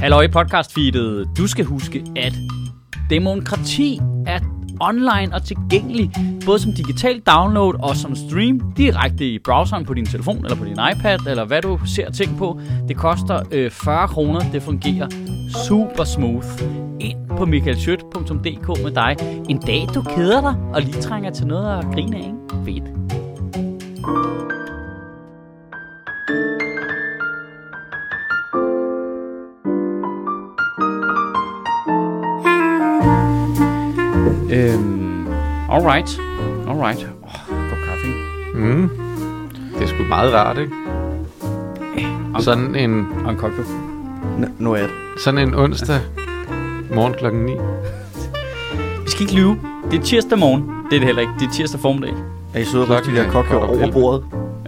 Halløj podcastfeedet. Du skal huske, at demokrati er online og tilgængelig, både som digital download og som stream direkte i browseren på din telefon eller på din iPad, eller hvad du ser ting på. Det koster 40 kroner. Det fungerer super smooth. Ind på michaelschødt.dk med dig. En dag du keder dig og lige trænger til noget at grine af, ikke? Fedt. Alright. God kaffe. Det er sgu meget rart, ikke? Sådan en... Og en cocktail. Nu er det. Sådan en onsdag morgen klokken 9. Vi skal ikke lyve. Det er tirsdag morgen. Det er det heller ikke. Det er tirsdag formiddag. Er I søde og de der cocktail over bordet?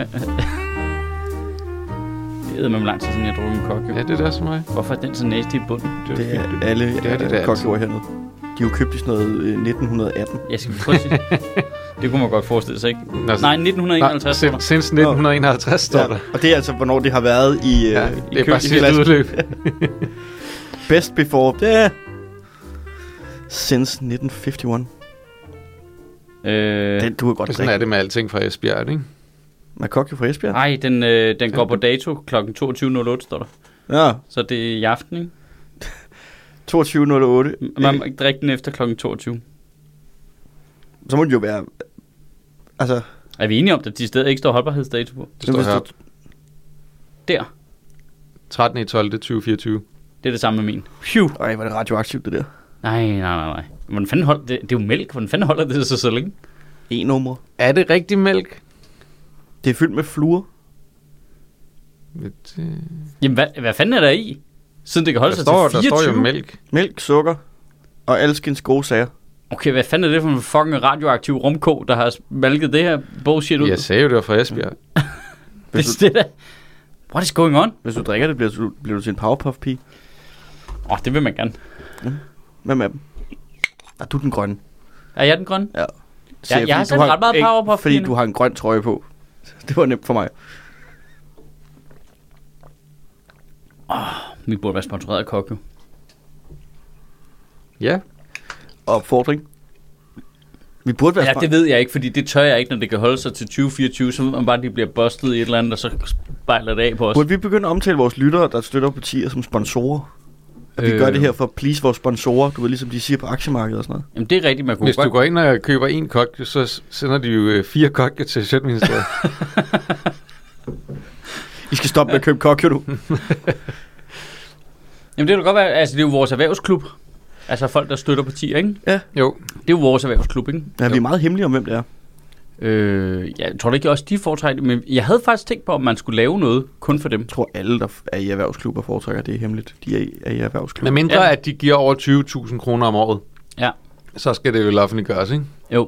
Det er med lang tid siden jeg drukker en cocktail. Ja, det er der som mig. Hvorfor er den så nasty i bunden? Det er alle cocktail hernede. De er jo købt i sådan noget 1918. Jeg skal prøve at sige. Det kunne man godt forestille sig, ikke? Nej, 1951. Since 1951 står der. Og det er altså, hvornår det har været i det er bare sidste udløb. Best before. Det er since 1951. Du er godt sådan er det med alting fra Esbjerg, ikke? Med cocktail fra Esbjerg? Nej, den går på dato kl. 22.08, står der. Ja. Så det er i aften, ikke? 22.08. Man må ikke drikke den efter kl. 22. Så må det jo være... Altså... Er vi enige om, at de steder ikke står holdbarhedsdato på? Det står her. Der. 13.12.2024. Det er det samme med min. Phew. Ej, var det radioaktivt, det der? Nej. Hvordan fanden holder det? Det er jo mælk. Hvordan fanden holder det så længe? E-nummer. Er det rigtig mælk? Det er fyldt med fluer. Jamen, hvad fanden er der i? Siden det kan holde sig til 24? Der står jo mælk. Mælk, sukker og alskens gode sager. Okay, hvad fanden er det for en fucking radioaktiv rumko, der har malket det her bullshit ud? Jeg sagde jo, det var fra Esbjerg. Det er da... What is going on? Hvis du drikker det, bliver du til en Powerpuff-pige. Det vil man gerne. Hvem er dem? Er du den grønne? Er jeg den grønne? Ja. Jeg har selv ret meget Powerpuff. Fordi du har en grøn trøje på. Det var nemt for mig. Vi burde være sponsoreret af Kokyo. Ja. Opfordring. Vi burde være det ved jeg ikke, fordi det tør jeg ikke, når det kan holde sig til 2024, så man bare lige bliver bustet i et eller andet, og så spejler det af på os. Burde vi begynde at omtale vores lyttere, der støtter partier som sponsorer? At vi gør det her for at please vores sponsorer, du ved, ligesom de siger på aktiemarkedet og sådan noget. Jamen det er rigtigt, man kunne hvis du går ind og køber en kok, så sender de jo 4 kokke til Sjøtministeriet. I skal stoppe med at købe kokke, du. Jamen det kan godt være, altså det er jo vores erhvervsklub. Altså folk, der støtter partier, ikke? Ja. Jo. Det er jo vores erhvervsklub, ikke? Ja, vi er meget hemmelige om, hvem det er. Jeg tror da ikke også, de foretrækker det, men jeg havde faktisk tænkt på, om man skulle lave noget kun for dem. Jeg tror alle, der er i erhvervsklubber, foretrækker det er hemmeligt. De er i erhvervsklubber. Men mindre, at de giver over 20.000 kroner om året. Ja. Så skal det jo offentliggøres, ikke? Jo.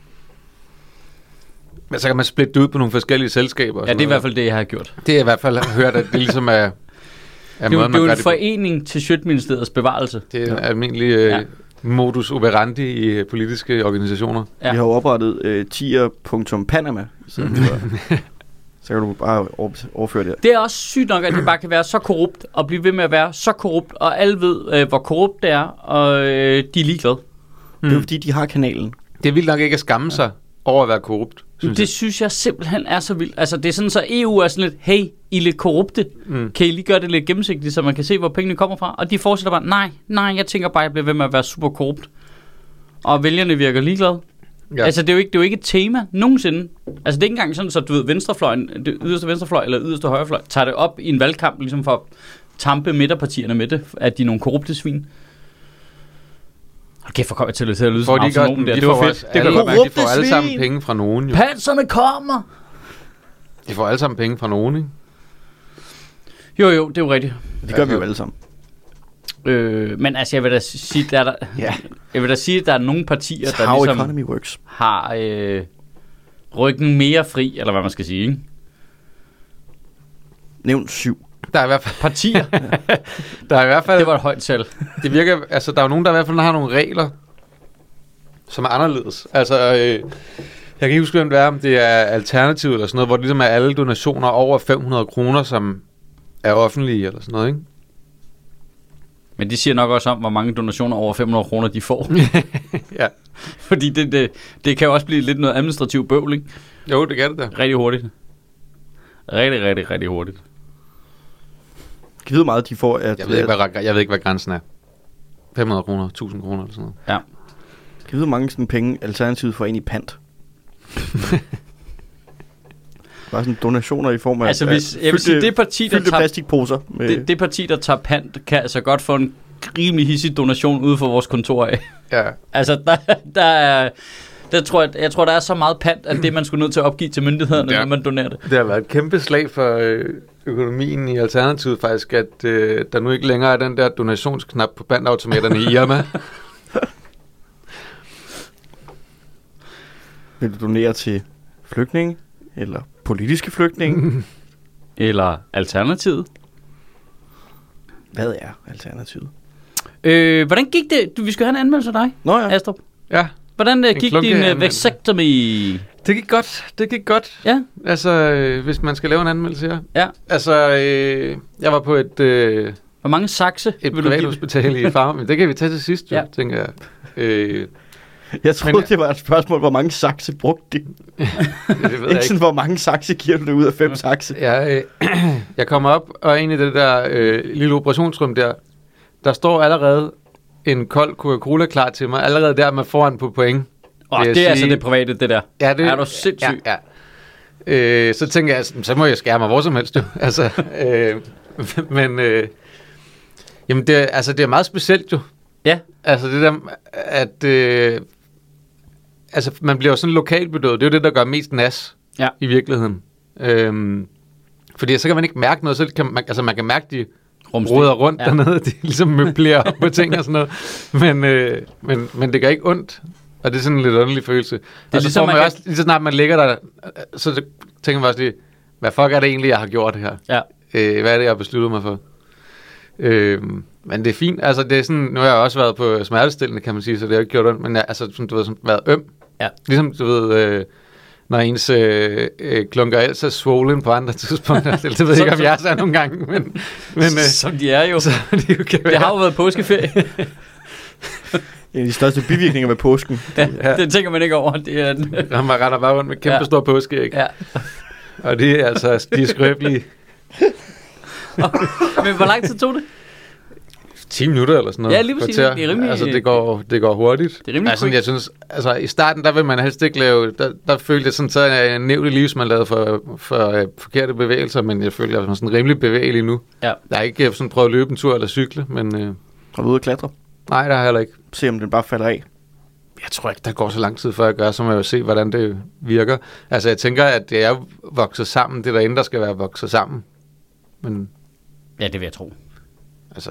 Men så kan man splitte det ud på nogle forskellige selskaber. Ja, det er i hvert fald det, jeg har gjort. Det er i hvert fald hørt, at det ligesom er det er jo en forening til Sjøtministeriets bevarelse. Det er en almindelig modus operandi i politiske organisationer. Ja. Vi har jo oprettet tier.panama, så kan du bare overføre det. Det er også sygt nok, at det bare kan være så korrupt, og blive ved med at være så korrupt, og alle ved, hvor korrupt det er, og de er ligeglade. Det er jo fordi, de har kanalen. Det er vildt nok ikke at skamme sig over at være korrupt. Synes jeg simpelthen er så vildt. Altså det er sådan, så EU er sådan lidt, hey, I er lidt korrupte. Kan I lige gøre det lidt gennemsigtigt, så man kan se, hvor pengene kommer fra? Og de fortsætter bare, nej, jeg tænker bare, at jeg bliver ved med at være super korrupt. Og vælgerne virker ligeglade. Ja. Altså det er jo ikke et tema nogensinde. Altså det er ikke engang sådan, så du ved, venstrefløjen, det yderste venstrefløj eller yderste højrefløj, tager det op i en valgkamp, ligesom for at tampe midterpartierne med det, at de er nogle korrupte svin. Okay, for kommer jeg til at lyde som autonomen der. Det var fedt. Det kan godt være, de får alle sammen penge fra nogen. Jo. Panserne kommer! De får alle sammen penge fra nogen, ikke? Jo, det er jo rigtigt. Det gør vi jo alle sammen. Men altså, jeg vil da sige, at der er nogle partier, der ligesom har ryggen mere fri, eller hvad man skal sige, ikke? Nævn 7. Der er i hvert fald partier. Der er i hvert fald. Det var et højt tal. Det virker, altså der er jo nogen, der i hvert fald har nogle regler, som er anderledes. Altså, jeg kan ikke huske, hvem det er, om det er Alternativet eller sådan noget, hvor det ligesom er alle donationer over 500 kroner, som er offentlige eller sådan noget, ikke? Men de siger nok også om, hvor mange donationer over 500 kroner de får. Ja. Fordi det kan jo også blive lidt noget administrativt bøvl, ikke? Jo, det kan det da. Rigtig hurtigt. Rigtig hurtigt. Kan vide meget, de får, at... Jeg ved ikke, hvad grænsen er. 500 kroner, 1000 kroner eller sådan noget. Ja. Kan vide, mange sådan penge Alternativet får ind i pant. Bare sådan donationer i form af... Altså, jeg vil sige, det parti, der tager... plastikposer. Det parti, der tager pant, kan altså godt få en rimelig hissig donation ude for vores kontor af. Ja. Altså, jeg tror, der er så meget pant, at det man skulle nødt til at opgive til myndighederne, når man donerer det. Det har været et kæmpe slag for økonomien i Alternativet faktisk, at der nu ikke længere er den der donationsknap på pantautomaterne i Irma. Vil du donere til flygtninge? Eller politiske flygtninge? Eller Alternativet? Hvad er Alternativet? Hvordan gik det? Vi skal have en anmeldelse af dig, Nå ja. Astrup. Ja. Hvordan gik din vasectomy? Det gik godt. Ja. Altså, hvis man skal lave en anmeldelse her. Ja. Altså, jeg var på et hvor mange sakse et privathospital i Farum. Men det kan vi tage til sidst, jo, tænker jeg. Jeg troede, det var et spørgsmål, hvor mange sakse brugte de. Det ved ikke sådan, hvor mange sakse giver du det ud af 5 sakse. Jeg kommer op og ind i det der lille operationsrum der står allerede en kold Coca-Cola klar til mig. Allerede der med foran på point. Det er altså det private, det der. Ja, det er du sindssyg. Ja. Så tænker jeg, så må jeg skære mig hvor som helst. Altså, men jamen det er meget specielt jo. Ja. Altså det der, at altså man bliver jo sådan lokalbedøvet. Det er jo det, der gør mest nas i virkeligheden. Fordi så kan man ikke mærke noget. Så kan man kan mærke, de råder rundt dernede. De ligesom møblerer op på ting og sådan noget. Men det gør ikke ondt. Og det er sådan en lidt underlig følelse. Det er og så ligesom, også, lige så snart man ligger der, så tænker man også lige, hvad fuck er det egentlig, jeg har gjort her? Ja. Hvad er det, jeg har besluttet mig for? Men det er fint. Altså, det er sådan, nu har jeg også været på smertestillende, kan man sige, så det har ikke gjort ondt. Men altså, som du ved, været øm. Ja. Ligesom, du ved, når ens klunker ellers er swollen på andre tidspunkter. Det ved jeg ikke, om jeg er nogle gange. Men som de er jo. Så de jo det har jo været påskeferie. En af de største bivirkninger med påsken. Det tænker man ikke over. Det er man render bare rundt med kæmpe stor påske, ikke? Ja. Og det er altså, de er skrøbelige. Men hvor lang tid tog det? 10 minutter eller sådan noget. Ja, lige præcis. Det er rimelig... Altså, det går hurtigt. Det er rimelig altså, jeg synes, altså, i starten, der vil man helst ikke lave... Der følte jeg sådan, så jeg nævnt i liv, som man lavede for forkerte bevægelser, men jeg følte, jeg var sådan rimelig bevægelig nu. Ja. Jeg har ikke sådan prøvet at løbe en tur eller cykle, men... Har du ude at klatre? Nej, det har jeg heller ikke. Se, om den bare falder af. Jeg tror ikke, der går så lang tid, før jeg gør, så må jeg jo se, hvordan det virker. Altså, jeg tænker, at det er vokset sammen. Det er derinde, der skal være vokset sammen. Men... Ja, det vil jeg tro. Altså...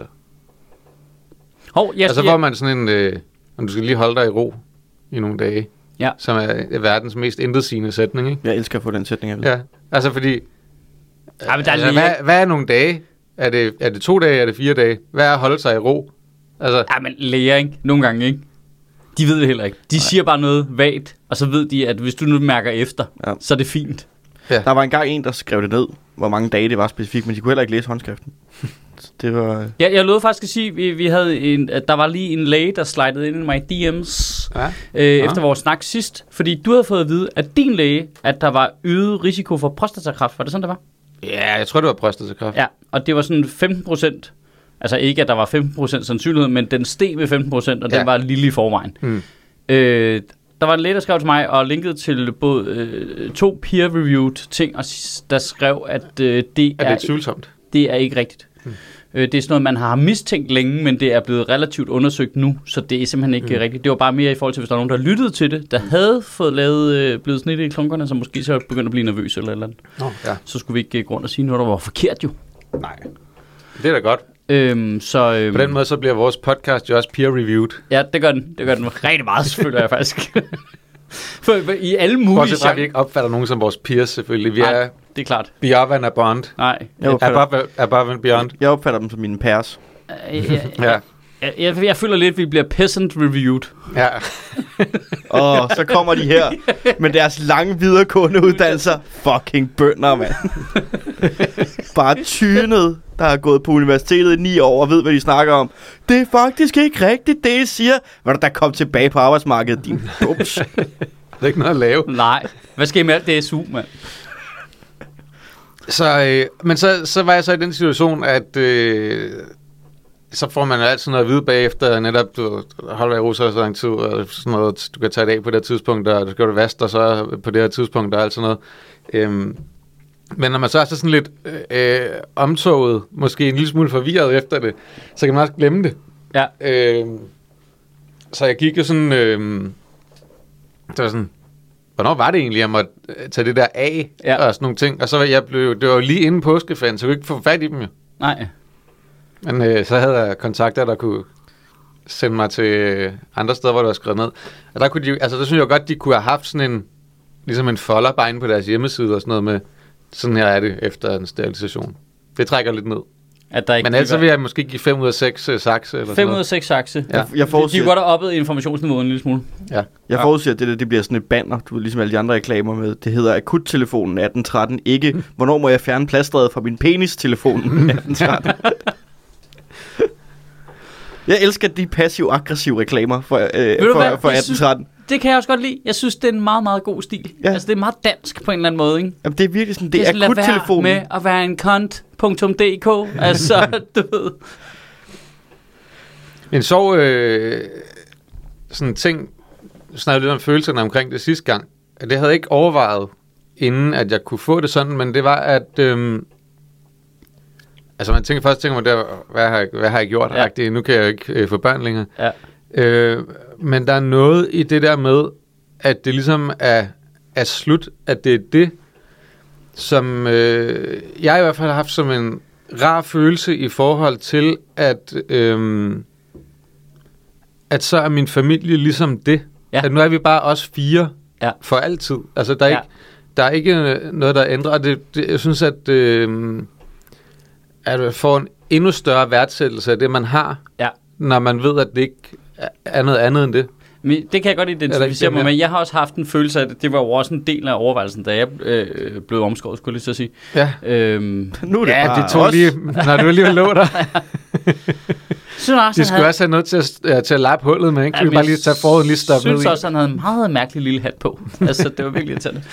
så får man sådan en... om du skal lige holde dig i ro i nogle dage. Ja. Som er verdens mest intetsigende sætning, ikke? Jeg elsker at få den sætning, jeg ved. Ja, altså fordi... Ja, men hvad er nogle dage? Er det 2 dage? Er det 4 dage? Hvad er at holde sig i ro? Altså... Ja, men læger, ikke? Nogle gange, ikke? De ved det heller ikke. De siger bare noget vagt, og så ved de, at hvis du nu mærker efter, så er det fint. Ja. Der var engang en, der skrev det ned, hvor mange dage det var specifikt, men de kunne heller ikke læse håndskriften. Det var... Ja, jeg lovede faktisk at sige, at vi havde at der var lige en læge, der slidede ind i mig DM's efter vores snak sidst. Fordi du havde fået at vide, at din læge, at der var øget risiko for prostatakræft. Var det sådan, det var? Ja, jeg tror, det var prostatakræft. Ja, og det var sådan 15%. Altså ikke, at der var 15% sandsynlighed, men den steg med 15%, og den var lille i forvejen. Der var en læge, der skrev til mig og linkede til både 2 peer-reviewed ting, og der skrev, at det er tvivlsomt. Det er ikke rigtigt. Det er sådan noget, man har mistænkt længe, men det er blevet relativt undersøgt nu, så det er simpelthen ikke rigtigt. Det var bare mere i forhold til, hvis der var nogen, der lyttede til det, der havde fået blevet snittet i klunkerne, så måske så begyndte at blive nervøs eller andet. Så skulle vi ikke gå rundt og sige noget, der var forkert jo. Nej, det er da godt. På den måde så bliver vores podcast jo også peer-reviewed. Ja, det gør den rigtig meget, selvfølgelig jeg faktisk. For i alle mulige... Bortset fra, at vi ikke opfatter nogen som vores peers, selvfølgelig. Vi er det er klart. Beyond and Beyond. Nej. Above and beyond. Jeg opfatter dem som mine pairs. Jeg føler lidt, at vi bliver peasant reviewed. Ja. Og så kommer de her med deres lange videregående uddannelser. Fucking bønder, mand. Bare tynet der har gået på universitetet i 9 år og ved, hvad de snakker om. Det er faktisk ikke rigtigt, det I siger. Hvad der kom tilbage på arbejdsmarkedet, din bums. Der er ikke noget at lave. Nej. Hvad skal I med alt det SU, mand? Men så var jeg så i den situation, at så får man jo altid noget at vide bagefter, netop du holder i russer så lang tid, og sådan noget, du kan tage det af på det tidspunkt, og du skal det vast, og så på det her tidspunkt, og alt sådan noget. Men når man så er sådan lidt omtoget, måske en lille smule forvirret efter det, så kan man også glemme det. Ja. Så jeg gik jo sådan, det var sådan, hvornår var det egentlig, jeg måtte tage det der af, og sådan nogle ting, og så det var jo lige inden påskeferien, så jeg kunne ikke få fat i dem jo. Nej. Men så havde jeg kontakter, der kunne sende mig til andre steder, hvor det var skrevet ned. Og der kunne der synes jeg godt, de kunne have haft sådan ligesom en folder bare inde på deres hjemmeside og sådan noget med, sådan her er det efter en sterilisation. Det trækker lidt ned. At der ikke men ellers vil jeg måske give 5 ud af 6 sakse. Eller 5 ud af 6 sakse? Ja. Jeg forudsiger, de er godt oppet informationsniveauet en lille smule. Ja. Jeg forudsiger, at det bliver sådan et banner, du ved, ligesom alle de andre reklamer med. Det hedder akuttelefonen 1813, ikke hvornår må jeg fjerne plastret fra min penis-telefonen 1813. Jeg elsker de passiv-aggressive reklamer for 1813. Det kan jeg også godt lide. Jeg synes, det er en meget, meget god stil. Ja. Altså, det er meget dansk på en eller anden måde, ikke? Jamen, det er virkelig sådan, det er akuttelefonen. Lad være med at være en kont.dk. Altså, du ved. En sjov sådan ting, snakkede lidt om følelserne omkring det sidste gang. Det havde jeg ikke overvejet, inden at jeg kunne få det sådan, men det var, at altså man tænker mig, hvad har jeg gjort? Ja. Nu kan jeg jo ikke få børn længere. Ja. Men der er noget i det der med, at det ligesom er slut, at det er det, som jeg i hvert fald har haft som en rar følelse i forhold til, at så er min familie ligesom det. Ja. At nu er vi bare os 4 for altid. Altså der er ikke noget, der ændrer. Og jeg synes, at man får en endnu større værdsættelse af det, man har, når man ved, at det ikke er noget andet end det. Men det kan jeg godt identificere mig med. Jeg har også haft en følelse af, at det var jo også en del af overvejelsen, da jeg blev omskåret, skulle jeg lige så sige. Ja, nu er det bare det tog lige, når du alligevel lå der. De skulle også have noget til at lappe hullet med, ikke? Så vi bare lige tage forud lige stoppe ned i. Jeg synes også, han havde en meget mærkelig lille hat på. Altså, det var virkelig irriterende.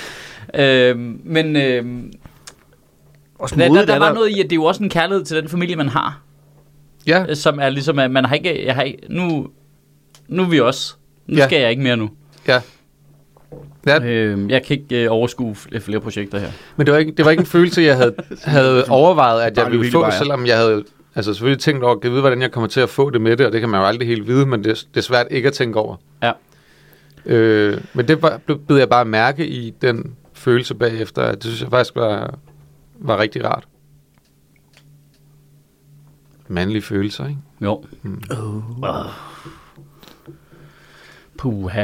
Der var noget i, at det er jo også en kærlighed til den familie, man har. Ja. Som er ligesom, at man har ikke, nu er vi også. Nu skal jeg ikke mere nu. Ja. Jeg kan ikke overskue flere projekter her. Men det var ikke en følelse, jeg havde overvejet, at jeg ville få, selvom jeg havde selvfølgelig tænkt over, at vide, hvordan jeg kommer til at få det med det, og det kan man jo aldrig helt vide, men det er svært ikke at tænke over. Ja. Men det bed jeg bare mærke i den følelse bagefter, at det synes jeg faktisk var rigtig rart. Mandlige følelser, ikke? Jo. Puha.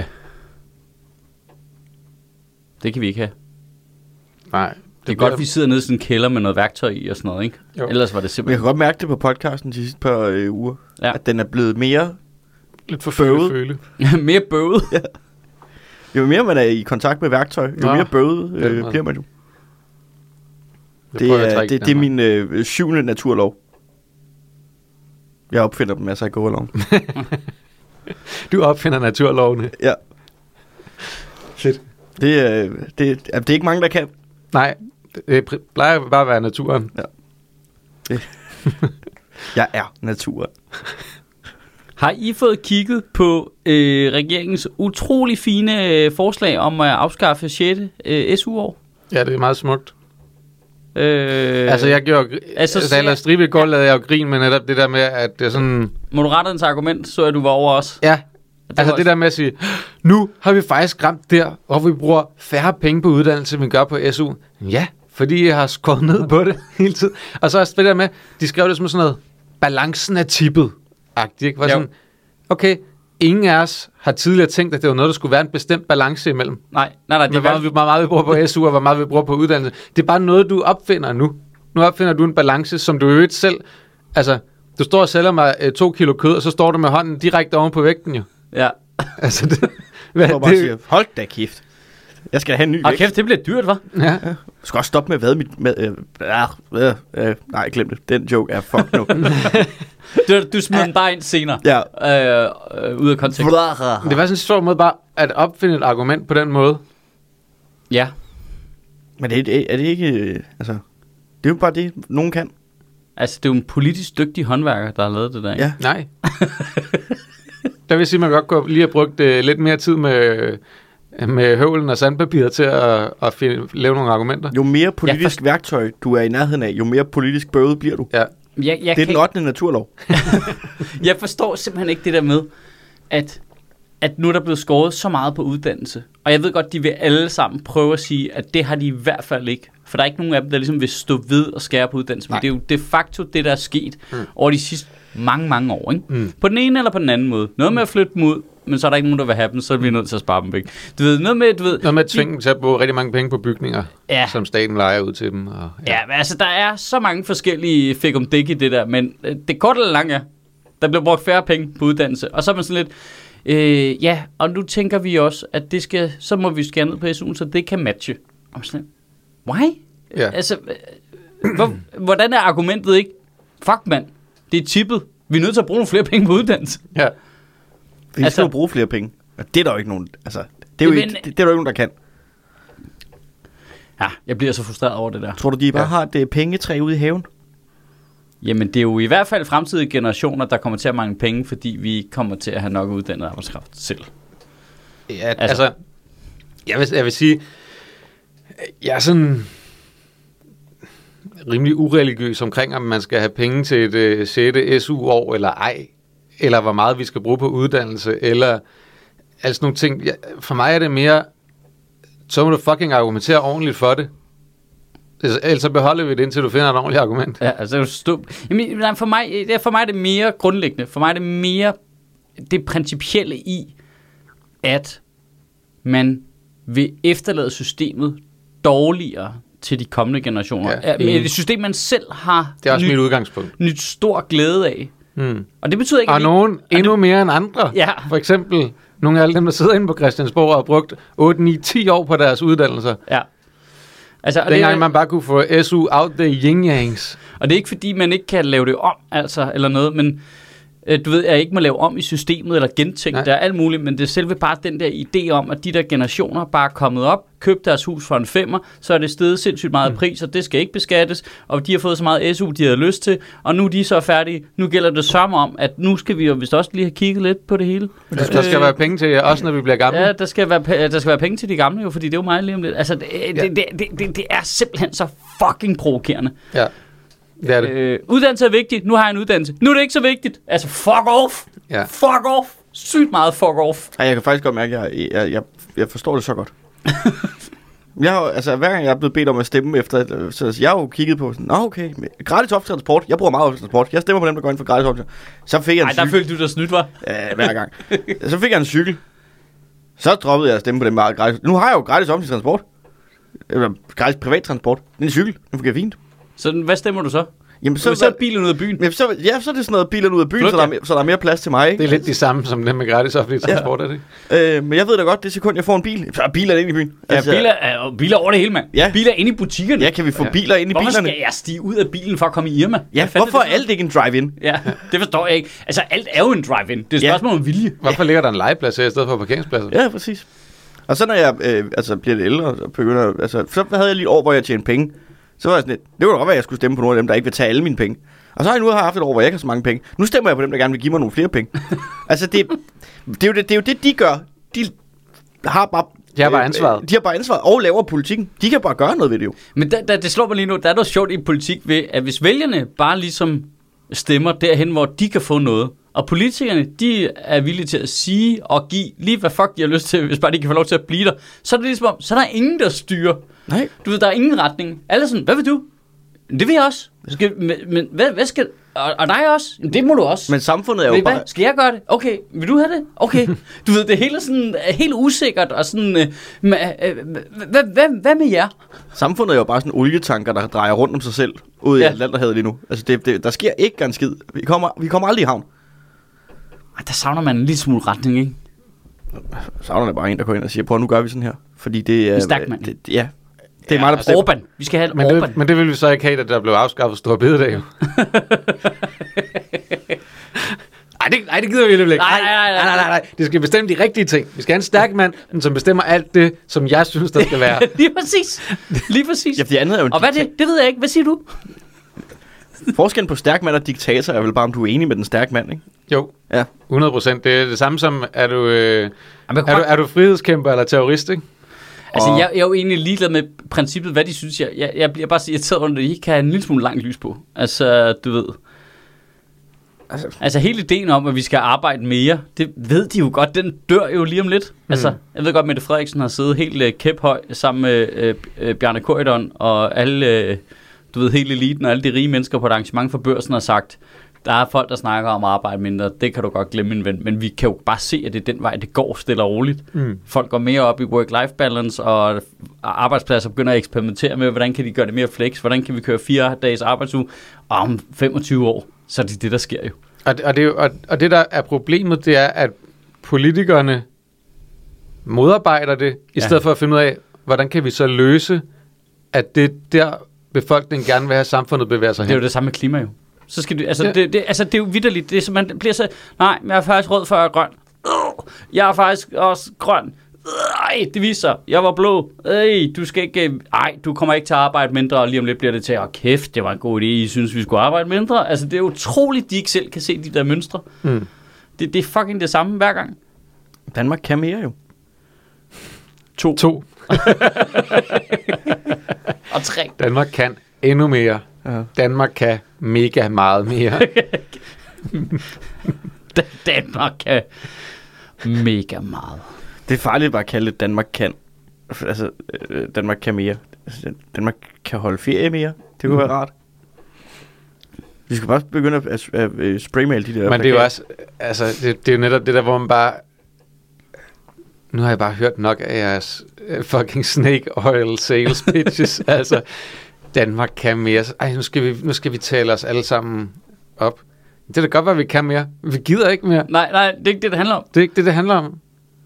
Det kan vi ikke have. Nej. Det er godt, at vi sidder nede i sådan en kælder med noget værktøj i og sådan noget, ikke? Jo. Ellers var det simpelthen... Jeg kan godt mærke det på podcasten de sidste par uger, at den er blevet mere... Lidt for føle. Mere bøvet? Ja. Jo mere man er i kontakt med værktøj, jo mere bøvet bliver man jo. Det er min 7. naturlov. Jeg opfinder dem, altså jeg går along. Du opfinder naturlovene? Ja. Fedt. Det er ikke mange, der kan. Nej, det plejer bare at være naturen. Ja. Jeg er naturen. Har I fået kigget på regeringens utrolig fine forslag om at afskaffe 6. SU-år? Ja, det er meget smukt. Jeg gjorde... da jeg lavede stribe i går, lavede jeg jo grin med netop det der med, at det er sådan... Moderaternes argument, så du var over os. Ja, det der med at sige, nu har vi faktisk ramt der, hvor vi bruger færre penge på uddannelse, end vi gør på SU. Ja, fordi jeg har skåret ned på det hele tiden. Og så det der med, de skrev det som sådan noget, balancen er tippet-agtigt, ikke? Sådan, okay, ingen af os har tidligere tænkt, at det var noget, der skulle være en bestemt balance imellem. Nej. Det var hvor meget vi bruger på SU, og hvor meget vi bruger på uddannelse. Det er bare noget, du opfinder nu. Nu opfinder du en balance, som du jo ikke selv... Altså, du står og sælger mig 2 kilo kød, og så står du med hånden direkte oven på vægten, jo. Ja. Altså, det... Siger, hold da kæft. Jeg skal have en ny vægt. Kæft, det bliver dyrt, hva'? Ja. Du skal også stoppe med hvad nej, glem det. Den joke er fuck nu. Du smider den bare ind senere. Ja. Ud af kontekst. Det var sådan en stor måde bare at opfinde et argument på den måde. Ja. Men er det ikke... altså, det er jo bare det, nogen kan. Altså, det er jo en politisk dygtig håndværker, der har lavet det der, ikke? Ja. Nej. Der vil sige, at man godt kunne lige have brugt lidt mere tid med høvlen og sandpapiret til at lave nogle argumenter. Jo mere politisk værktøj, du er i nærheden af, jo mere politisk bøvet bliver du. Ja. Det er den 8. naturlov. Jeg forstår simpelthen ikke det der med, at nu er der blevet skåret så meget på uddannelse. Og jeg ved godt, de vil alle sammen prøve at sige, at det har de i hvert fald ikke. For der er ikke nogen af dem, der ligesom vil stå ved og skære på uddannelse. Men det er jo de facto det, der er sket over de sidste mange år. Ikke? På den ene eller på den anden måde. Noget med at flytte dem ud, men så er der ikke nogen, der vil have dem, så er vi nødt til at spare dem væk. Noget med at tvinge dem til at bruge rigtig mange penge på bygninger, som staten lejer ud til dem. Og, men altså der er så mange forskellige fik om dæk i det der, men det korte eller lange er, der bliver brugt færre penge på uddannelse. Og så er man sådan lidt, og nu tænker vi også, at så må vi skære ned på SU'en, så det kan matche. Og sådan, why? Ja. Altså, hvordan er argumentet ikke? Fuck mand, det er tippet. Vi er nødt til at bruge nogle flere penge på uddannelse. Ja. Vi skal jo bruge flere penge. Og det er der jo ikke nogen, altså, det er jo ikke nogen, der kan. Ja, jeg bliver så frustreret over det der. Tror du, de bare har et pengetræ ude i haven? Jamen, det er jo i hvert fald fremtidige generationer, der kommer til at mangle penge, fordi vi ikke kommer til at have nok uddannet arbejdskraft selv. Ja, altså jeg vil sige, jeg er sådan rimelig ureligiøs omkring, om man skal have penge til et 6. SU-år eller ej, eller hvor meget vi skal bruge på uddannelse, eller altså nogle ting. For mig er det mere, så må du fucking argumentere ordentligt for det. Ellers så beholder vi det, indtil du finder et ordentligt argument. Ja, altså Jamen, for mig er det mere grundlæggende. For mig er det mere det principielle i, at man vil efterlade systemet dårligere til de kommende generationer. Ja, et system, man selv har det er også mit udgangspunkt. Nyt stor glæde af. Og det betyder ikke, og nogen endnu mere end andre. Ja. For eksempel nogle af alle dem, der sidder inde på Christiansborg og har brugt 8, 9, 10 år på deres uddannelser. Ja. Altså, dengang man bare kunne få SU out the yin-yangs. Og det er ikke fordi, man ikke kan lave det om, altså, eller noget, men du ved, jeg ikke må lave om i systemet eller gentænke det er alt muligt, men det er selve bare den der idé om, at de der generationer bare er kommet op, købt deres hus for en 5'er, så er det steget sindssygt meget pris, og det skal ikke beskattes, og de har fået så meget SU, de havde lyst til, og nu er de så færdige. Nu gælder det samme om, at nu skal vi jo vist også lige have kigget lidt på det hele. Der skal være penge til også, når vi bliver gamle. Ja, der skal være penge til de gamle jo, fordi det er jo meget lige om lidt. Altså, det er simpelthen så fucking provokerende. Ja. Det er det. Uddannelse er vigtigt. Nu har jeg en uddannelse. Nu er det ikke så vigtigt. Altså, fuck off. Ja. Fuck off. Sygt meget fuck off. Ej, jeg kan faktisk godt mærke, at jeg forstår det så godt. Hver gang jeg er blevet bedt om at stemme efter, så jeg har jo kigget på sådan, okay, gratis offentlig transport. Jeg bruger meget offentlig transport. Jeg stemmer på dem, der går ind for gratis offentlig transport. Så fik jeg en cykel. Der følte du dig snydt, var? Ja, hver gang. Så fik jeg en cykel. Så droppede jeg at stemme på dem meget gratis. Nu har jeg jo gratis offentlig transport. Eller gratis privat transport. Det er en cykel. Nu fik jeg fint. Så hvad stemmer du så? Jamen, så er bilen ud af byen. Jamen, så er det sådan noget bilen ud af byen, så der er mere plads til mig. Ikke? Det er lidt det samme som det med gratis offentlig transport, er det? Men jeg ved da godt, det sekund, jeg får en bil, så er biler inde i byen. Altså, biler over det hele, mand. Ja. Biler inde i butikkerne. Ja, kan vi få biler ind i bilerne? Hvorfor skal jeg stige ud af bilen for at komme i Irma? Ja, hvorfor er alt ikke en drive-in? Ja, det forstår jeg ikke. Altså, alt er jo en drive-in. Det er et spørgsmål om vilje. Hvorfor ligger der en legeplads her i stedet for parkeringspladser? Ja, præcis. Og så når jeg bliver lidt ældre, så havde jeg lige et år, hvor jeg tjente penge. Så var jeg sådan lidt, det var da godt være, at jeg skulle stemme på nogle af dem, der ikke vil tage alle mine penge. Og så har jeg nu haft et år, hvor jeg ikke har så mange penge. Nu stemmer jeg på dem, der gerne vil give mig nogle flere penge. Altså, det er jo det, de gør. De har bare ansvaret. De har bare ansvaret og laver politikken. De kan bare gøre noget ved det jo. Men det slår mig lige nu, der er noget sjovt i politik ved, at hvis vælgerne bare ligesom stemmer derhen, hvor de kan få noget, og politikerne, de er villige til at sige og give lige hvad fuck de har lyst til, hvis bare de kan få lov til at blive der, så er det ligesom om, så er der ingen, der styrer. Nej. Du ved, der er ingen retning. Alle sådan, hvad vil du? Det vil jeg også. Men hvad skal... Og dig også? Det må du også. Men samfundet er jo bare... Skal jeg gøre det? Okay. Vil du have det? Okay. Du ved, det hele er sådan helt usikkert, og sådan... Hvad med jer? Samfundet er jo bare sådan olietanker, der drejer rundt om sig selv, ude i Atlanterhavet lige nu. Altså, der sker ikke en skid. Vi kommer aldrig i havn. Der savner man en lille smule retning, ikke? savner bare en, der går ind og siger, prøv nu gør vi sådan her. Fordi det er... Stærkmand. Ja, det er meget, der bestemmer. Orbán. Vi skal have en Orbán. Men det vil vi så ikke have, at der blev afskaffet store bededag jo. Nej, det gider vi ikke. Nej. Det skal bestemme de rigtige ting. Vi skal have en stærk mand, som bestemmer alt det, som jeg synes, der skal være. Lige præcis. Ja, for det andet er jo og hvad er det? Det ved jeg ikke. Hvad siger du? Forskellen på stærk mand og diktator er vel bare, om du er enig med den stærke mand, ikke? Jo, ja. 100%. Det er det samme som, er du frihedskæmper eller terrorist, ikke? Altså, jeg er jo egentlig ligeglad med princippet, hvad de synes. Jeg bliver bare så irriteret rundt, at de ikke kan have en lille smule langt lys på. Altså, du ved. Altså, hele ideen om, at vi skal arbejde mere, det ved de jo godt, den dør jo lige om lidt. Altså, jeg ved godt, at Mette Frederiksen har siddet helt kæphøj sammen med Bjarne Corydon og alle, du ved, hele eliten og alle de rige mennesker på et arrangement for børsen har sagt, der er folk, der snakker om at arbejde mindre, det kan du godt glemme, min ven, men vi kan jo bare se, at det er den vej, det går stille og roligt. Folk går mere op i work-life balance, og arbejdspladser begynder at eksperimentere med, hvordan kan de gøre det mere flex, hvordan kan vi køre 4 dages arbejdsuge, og om 25 år, så er det der sker jo. Og det, der er problemet, det er, at politikerne modarbejder det, i stedet for at finde ud af, hvordan kan vi så løse, at det der befolkningen gerne vil have samfundet bevæger sig hen. Det er jo det samme med klima jo. Så skal du, altså, det er jo vitterligt. Det er, så man bliver så, nej, jeg er faktisk rød, før jeg er grøn. Jeg er faktisk også grøn. Det viser sig. Jeg var blå. Du skal ikke... du kommer ikke til at arbejde mindre, og lige om lidt bliver det til, kæft, det var en god idé, I synes, vi skulle arbejde mindre. Altså, det er utroligt, de ikke selv kan se de der mønstre. Det er fucking det samme hver gang. Danmark kan mere jo. 2. Og 3. Danmark kan endnu mere. Ja. Danmark kan mega meget mere. Danmark kan mega meget. Det er farligt bare at kalde det, Danmark kan. Altså, Danmark kan mere. Altså, Danmark kan holde ferie mere. Det kunne være rart. Vi skal bare begynde at spraymale de der. Men det er jo også, altså, det er jo netop det der, hvor man bare... Nu har jeg bare hørt nok af jeres fucking snake oil sales pitches. Altså, Danmark kan mere. Ej, nu skal vi tale os alle sammen op. Det er da godt, hvad vi kan mere. Vi gider ikke mere. Nej, det er ikke det, det handler om. Det er ikke det handler om.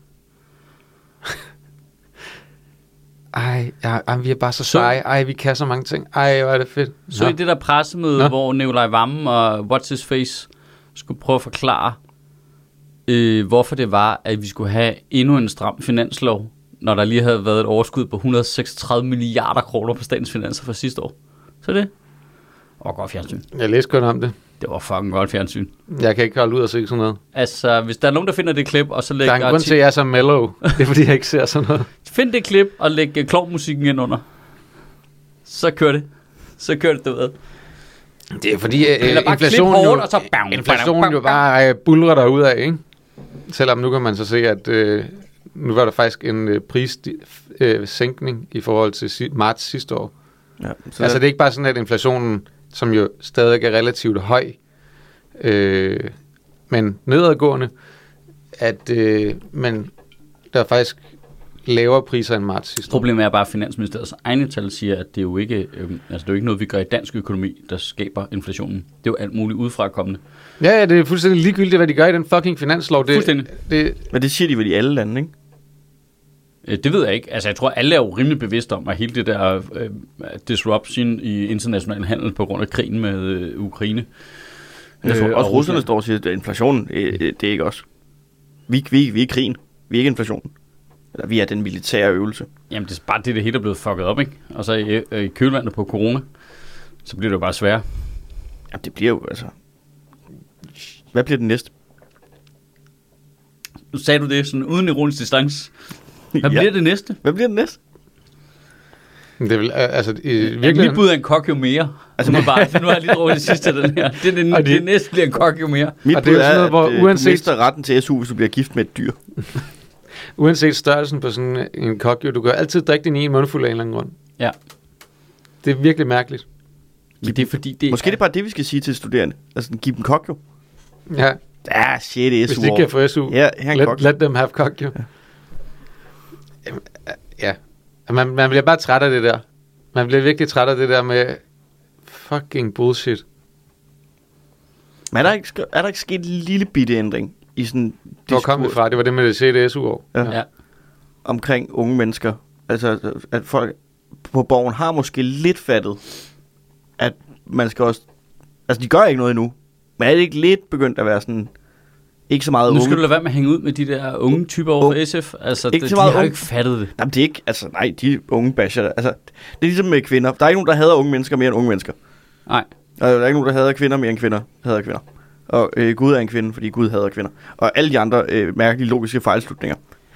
Vi er bare så seje. Vi kan så mange ting. Hvor er det fedt. Så i det der pressemøde, hvor Nikolaj Wammen og What's His Face skulle prøve at forklare, hvorfor det var, at vi skulle have endnu en stram finanslov, når der lige havde været et overskud på 136 milliarder kroner på statens finanser for sidste år. Så det. Godt fjernsyn. Jeg læste kun om det. Det var fucking godt fjernsyn. Jeg kan ikke holde ud og se sådan noget. Altså, hvis der er nogen, der finder det klip, og så lægger... Der er en grund til, at jeg er så mellow. Det er, fordi jeg ikke ser sådan noget. Find det klip, og læg klovmusikken ind under. Så kører det. Derude. Det er fordi, inflationen jo bare bulrer derudad, ikke? Selvom nu kan man så se, at nu var der faktisk en prissænkning i forhold til marts sidste år. Ja, altså, det er ikke bare sådan, at inflationen, som jo stadig er relativt høj, men nedadgående, at men der er faktisk lavere priser end marts sidste år. Problemet er bare, at Finansministeriets egne tal siger, at det er jo ikke, det er jo ikke noget, vi gør i dansk økonomi, der skaber inflationen. Det er jo alt muligt udefrakommende. Ja, det er fuldstændig ligegyldigt, hvad de gør i den fucking finanslov. Men det siger de vel i alle lande, ikke? Det ved jeg ikke. Altså, jeg tror, alle er jo rimelig bevidste om, at hele det der disruption i international handel på grund af krigen med Ukraine. Også russerne står og siger, at inflationen, det er ikke os. Vi er krigen. Vi er ikke inflationen. Eller vi er den militære øvelse. Jamen, det er bare det hele er blevet fucket op, ikke? Og så i kølvandet på corona, så bliver det jo bare sværere. Jamen, det bliver jo, altså... Hvad bliver det næste? Nu sagde du det sådan uden ironisk distance. Hvad bliver det næste? Hvad bliver det næste? Det er vel, altså... Virkelig... Mit bud er en kok jo mere. Altså, nu har jeg lige drukket det sidste af den her. Det næste bliver en kok jo mere. Mit bud er, at du mister retten til SU, hvis du bliver gift med et dyr. Uanset størrelsen på sådan en kokjo, du kan altid drikke din ene mundfuld af en eller anden grund. Ja. Det er virkelig mærkeligt. Men det er fordi, det måske det er bare det, vi skal sige til studerende. Altså, giv dem kokjo. Ja. Shit, SU. Hvis de kan få SU, let them have kokjo. Ja. Man bliver bare træt af det der. Man bliver virkelig træt af det der med fucking bullshit. Men er der ikke sket en lille bitte ændring i sådan... Hvor kom vi fra? Det var det med det CDSU-år. Ja. Omkring unge mennesker. Altså, at folk på borgen har måske lidt fattet, at man skal også... Altså, de gør ikke noget endnu. Men er det ikke lidt begyndt at være sådan... Ikke så meget Nu skal unge? du lade være med at hænge ud med de der unge typer over for SF. Altså, Ikke så de meget har jo unge. ikke fattet det. Jamen, det er ikke... Altså, nej, de unge basher. Altså, det er ligesom med kvinder. Der er ikke nogen, der hader unge mennesker mere end unge mennesker. Nej. Og der er ikke nogen, der hader kvinder mere end kvinder hader kvinder. Og Gud er en kvinde, fordi Gud hader kvinder. Og alle de andre mærkelige logiske fejlslutninger.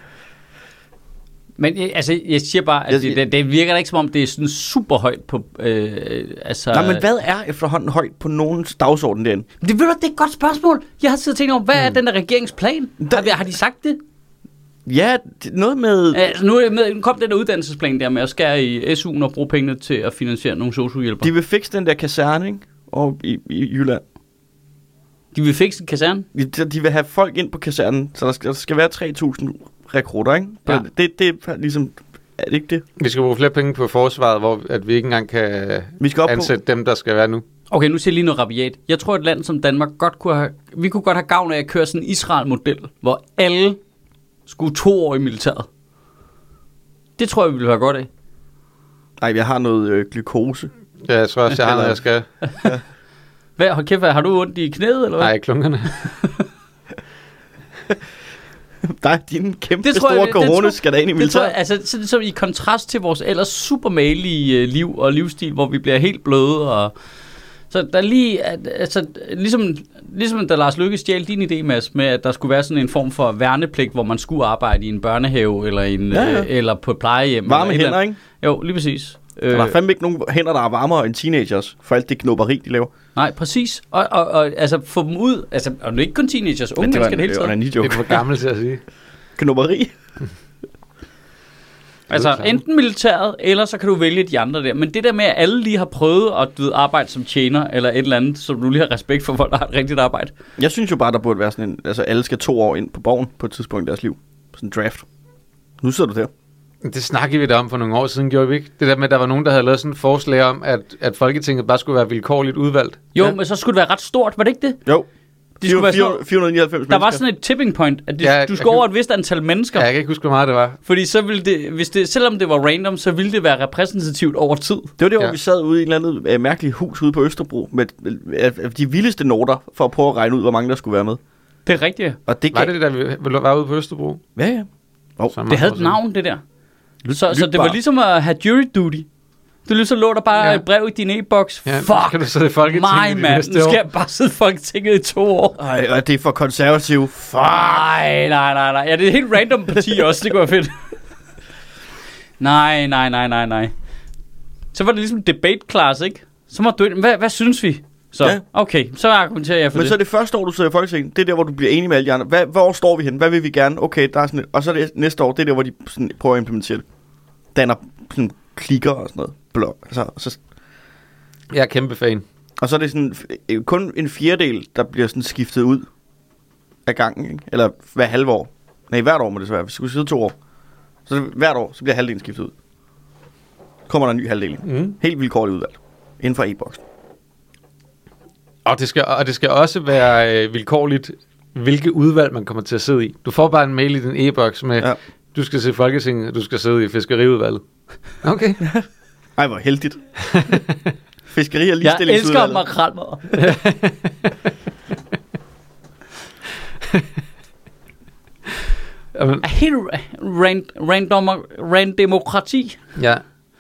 Men altså, jeg siger bare, at det virker da ikke som om, det er sådan super højt på... altså... Nej, men hvad er efterhånden højt på nogens dagsorden derinde? Det ved du, det er et godt spørgsmål. Jeg har siddet og tænkt over, hvad er den der regeringsplan? Har de sagt det? Ja, noget med... Altså, nu kom den der uddannelsesplan der med at skære i SU'en og bruge pengene til at finansiere nogle sosu-hjælpere. De vil fikse den der kaserne, ikke? Og i Jylland. De vil fikse kasernen? De vil have folk ind på kasernen, så der skal være 3.000 rekrutter, ikke? Ja. Det er ligesom... Er det ikke det? Vi skal bruge flere penge på forsvaret, hvor at vi ikke engang kan ansætte dem, der skal være nu. Okay, nu siger jeg lige noget rabiat. Jeg tror, et land som Danmark vi kunne godt have gavn af at køre sådan en Israel-model, hvor alle skulle 2 år i militæret. Det tror jeg, vi ville have godt af. Nej, jeg har noget glukose. Ja, jeg tror også, jeg har noget, jeg skal. Hold kæft, har du ondt i knæet, eller hvad? Nej, klunkerne. Der er din kæmpe store corona skal ind i militæret. Altså, så i kontrast til vores ellers super malige liv og livsstil, hvor vi bliver helt bløde og... Så der lige, altså, ligesom da Lars Løkke stjal din idé, Mads, med at der skulle være sådan en form for værnepligt, hvor man skulle arbejde i en børnehave, eller, eller på et plejehjem. Varme hænder, ikke? Jo, lige præcis. Der er fandme ikke nogen hænder, der er varmere end teenagers, for alt det knopperi, de laver. Nej, præcis. Og altså, få dem ud, altså, og det er ikke kun teenagers, unge mennesker det hele taget. Det er for gammel til at sige. Knopperi. Altså, enten militæret, eller så kan du vælge de andre der. Men det der med, at alle lige har prøvet at arbejde som tjener, eller et eller andet, så du lige har respekt for folk, der har et rigtigt arbejde. Jeg synes jo bare, der burde være sådan en... Altså, alle skal 2 år ind på borgen på et tidspunkt i deres liv. Sådan en draft. Nu sidder du der. Det snakkede vi da om for nogle år siden, gjorde vi ikke? Det der med, at der var nogen, der havde lavet sådan et forslag om, at Folketinget bare skulle være vilkårligt udvalgt. Jo, men så skulle det være ret stort, var det ikke det? Jo. De skulle være 499 der mennesker. var sådan et tipping point, at du skulle over et vist antal mennesker. Ja, jeg kan ikke huske, hvor meget det var. Fordi så ville det, selvom det var random, så ville det være repræsentativt over tid. Det var det, hvor vi sad ude i et eller andet mærkeligt hus ude på Østerbro med de vildeste noter for at prøve at regne ud, hvor mange der skulle være med. Det er rigtigt. Og det var det, der vi var ude på Østerbro? Ja. Det havde et navn, det der. Så det var ligesom at have jury duty. Du lige så lå der bare et brev i din e-boks. Ja, fuck skal du sidde i Folketinget mig, mand. Nu skal jeg bare sidde i Folketinget i 2 år. Ej, og det er for konservativ. Fuck. Nej. Ja, det er et helt random parti også. Det kunne være fedt. Nej. Så var det ligesom debate class, ikke? Så må du... Hvad synes vi? Så, ja. Okay, så argumenterer jeg for Men så er det første år, du sidder i Folketinget, det er der, hvor du bliver enig med alle de andre. Hvor står vi hen? Hvad vil vi gerne? Okay, der er sådan et, og så er det næste år, det er der, hvor de sådan prøver at implementere det. Danner sådan klikker og sådan noget. Blok. Så jeg er kæmpe fan. Og så er det sådan kun en 1/4, der bliver sådan skiftet ud af gangen, ikke? Eller hver halve år. Nej, hvert år må det så være. Vi skulle sidde 2 år. Så hvert år, så bliver halvdelen skiftet ud. Kommer der en ny halvdel. Helt vilkårligt udvalgt. Inden for e-boksen. Og det skal også være vilkårligt, hvilke udvalg man kommer til at sidde i. Du får bare en mail i din e-boks med, du skal se Folketinget, du skal sidde i fiskeriudvalget. Okay. Ej, hvor heldigt. Fiskeri- og ligestillingsudvalget. Jeg elsker makrelmad. Helt randdemokrati. Ja.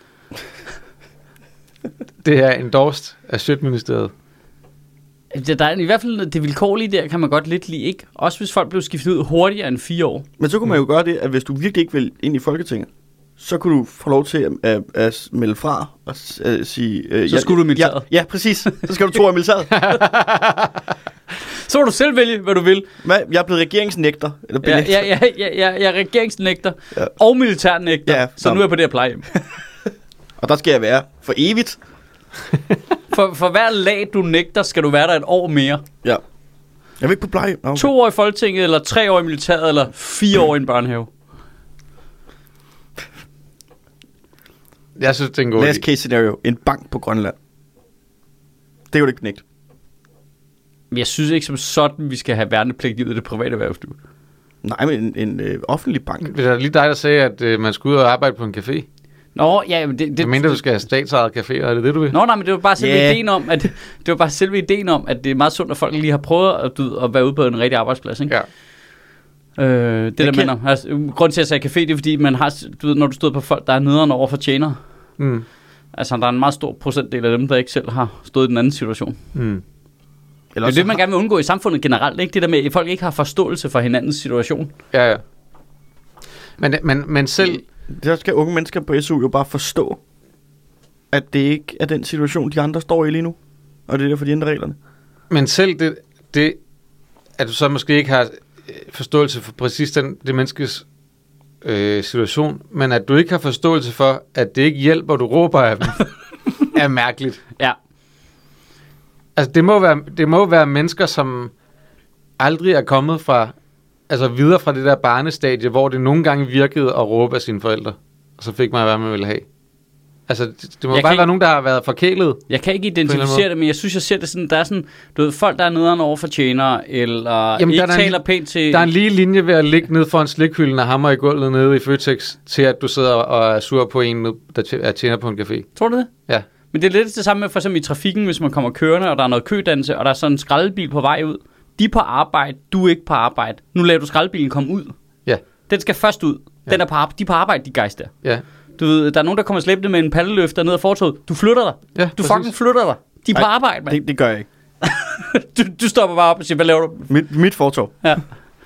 Det er endorsed af Sjøtministeriet. Der er i hvert fald det vilkårlige der, kan man godt lidt lide, ikke? Også hvis folk blev skiftet ud hurtigere end 4 år. Men så kunne man jo gøre det, at hvis du virkelig ikke vil ind i Folketinget, så kunne du få lov til at melde fra og sige... så skulle du i militæret. Ja, præcis. Så skal du 2 år i militæret. Så må du selv vælge, hvad du vil. Jeg er blevet regeringsnægter. Eller jeg er regeringsnægter og militærnægter, så nu er jeg på det her plejehjem. Og der skal jeg være for evigt. For hver lag, du nægter, skal du være der 1 år mere. Ja. Jeg vil ikke på plejehjem. Okay. 2 år i Folketinget, eller 3 år i militæret, eller 4 år i en børnehave. Jeg synes, det er en god Last case scenario. En bank på Grønland. Det er jo ikke knægt. Jeg synes ikke som sådan, vi skal have værnepligt ud af det private erhvervsliv. Nej, men en offentlig bank. Det er lige dig, der sagde, at man skulle ud og arbejde på en café. Nå, ja, men det mener du skal have statsejet café, er det det, du vil? Nå, nej, men det var bare selve ideen om, at det er meget sundt, at folk lige har prøvet at være ude på en rigtig arbejdsplads, ikke? Ja. Det der mener, altså, grund til at sige café, det er fordi, man har, du ved, når du stod på folk, der er nederen over for tjenere. Mm. Altså, der er en meget stor procentdel af dem, der ikke selv har stået i den anden situation. Mm. Det er det, man gerne vil undgå i samfundet generelt, ikke? Det der med, at folk ikke har forståelse for hinandens situation. Ja. Men selv... Der skal unge mennesker på SU jo bare forstå, at det ikke er den situation, de andre står i lige nu. Og det er derfor, de ændrer reglerne. Men selv det at du så måske ikke har forståelse for præcis det menneskes situation, men at du ikke har forståelse for, at det ikke hjælper, du råber af dem, er mærkeligt. Ja. Altså, det må være mennesker, som aldrig er kommet fra, altså videre fra det der barnestadie, hvor det nogle gange virkede at råbe af sine forældre, og så fik man, hvad man ville have. Altså, det må bare være nogen, der har været forkælet. Jeg kan ikke identificere det, men jeg synes, jeg ser det sådan, der er sådan, du ved, folk, der er nederen over for tjenere, eller jamen, ikke taler pænt til... Der er en lige linje ved at ligge ned foran slikhylden og hammer i gulvet nede i Føtex, til at du sidder og er sur på en, der tjener på en café. Tror du det? Ja. Men det er lidt det samme med for eksempel i trafikken, hvis man kommer kørende, og der er noget kødannelse, og der er sådan en skraldebil på vej ud. De er på arbejde, du er ikke på arbejde. Nu lader du skraldebilen komme ud. Ja. Den skal først ud. Den er på arbejde. De er på arbejde, de guys der. Ja. Du ved, der er nogen, der kommer slæbende med en paldeløfter ned ad fortovet. Du flytter dig. Ja, du fucking flytter dig. De er på arbejde, mand. Det gør jeg ikke. du stopper bare op og siger, hvad laver du? Mit fortov. Ja.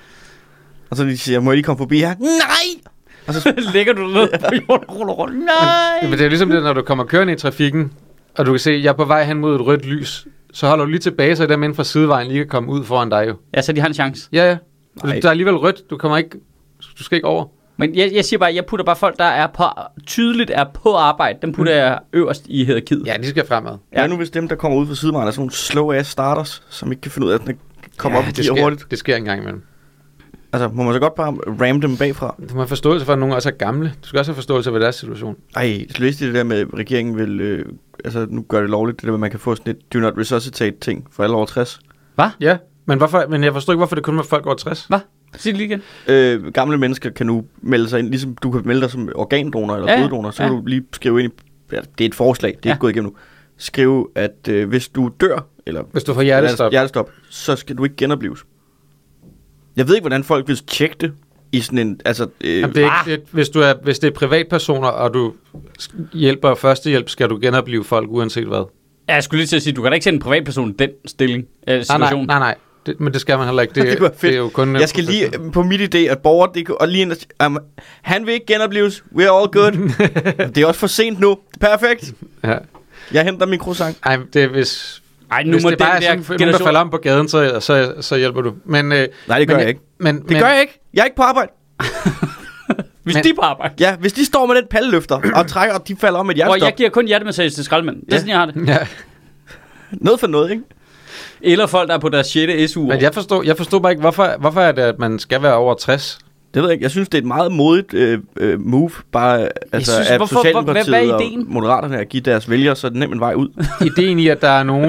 Og så de siger, må jeg lige komme forbi her? Nej! Og så lægger du ned på jorden og ruller rundt. Nej! Men det er ligesom det, når du kommer kørende i trafikken, og du kan se, at jeg er på vej hen mod et rødt lys, så holder du lige tilbage, så dem inden fra sidevejen lige kan komme ud foran dig jo. Ja, så de har en chance. Ja. Der er alligevel rødt. Du skal ikke over. Men jeg siger bare, jeg putter bare folk, der er tydeligt er på arbejde, dem putter jeg øverst i hierarkiet. Ja, de skal fremad. Ja, nu hvis dem, der kommer ud fra sidevejen, er sådan nogle slow-ass starters, som ikke kan finde ud af, at den kommer op og giver hurtigt. Det sker en gang imellem. Altså, må man så godt bare ramme dem bagfra? Du må have forståelse for, at nogen også er gamle. Du skal også have forståelse for deres situation. Ej, så læste det der med, at regeringen vil... altså, nu gør det lovligt, det der med, at man kan få sådan et do not resuscitate-ting for alle over 60. Hvad? Ja, men jeg forstår ikke, hvorfor det kun var folk over 60. Hvad? Sig det lige igen. Gamle mennesker kan nu melde sig ind, ligesom du kan melde dig som organdonor eller bloddonor, så kan du lige skrive ind i... Ja, det er et forslag, det er ikke gået igennem nu. Skrive, at hvis du dør, eller... Hvis du får hjertestop, så skal du ikke genopleves. Jeg ved ikke, hvordan folk vil tjekke det i sådan en... Altså, jamen, det er ikke, hvis det er privatpersoner, og du hjælper førstehjælp, skal du genopleve folk, uanset hvad. Ja, jeg skulle lige til at sige, du kan da ikke sende en privatperson i den situation. Nej. Men det skal man heller ikke. Det er jo kun... Jeg skal lige på mit idé, at borger... Og lige han vil ikke genopleves. We're all good. Det er også for sent nu. Perfekt. Ja. Jeg henter min croissant. Ej, det er hvis... Ej, nu hvis må det bare er sådan, nogen, der falder om på gaden, så hjælper du. Men, nej, det gør jeg ikke. Det gør jeg ikke. Jeg er ikke på arbejde. Hvis de er på arbejde? Ja, hvis de står med den paldeløfter og trækker, og de falder om et hjertestop. Og jeg giver kun hjertemassage til skraldemænd. Det er sådan, jeg har det. Ja. Noget for noget, ikke? Eller folk, der er på deres 6. SU. Men jeg forstår bare ikke, hvorfor er det, at man skal være over 60? Det ved jeg ikke. Jeg synes, det er et meget modigt move, bare altså, synes, at Socialdemokratiet hvad er og Moderaterne at give deres vælgere så nemt en vej ud. Ideen i, at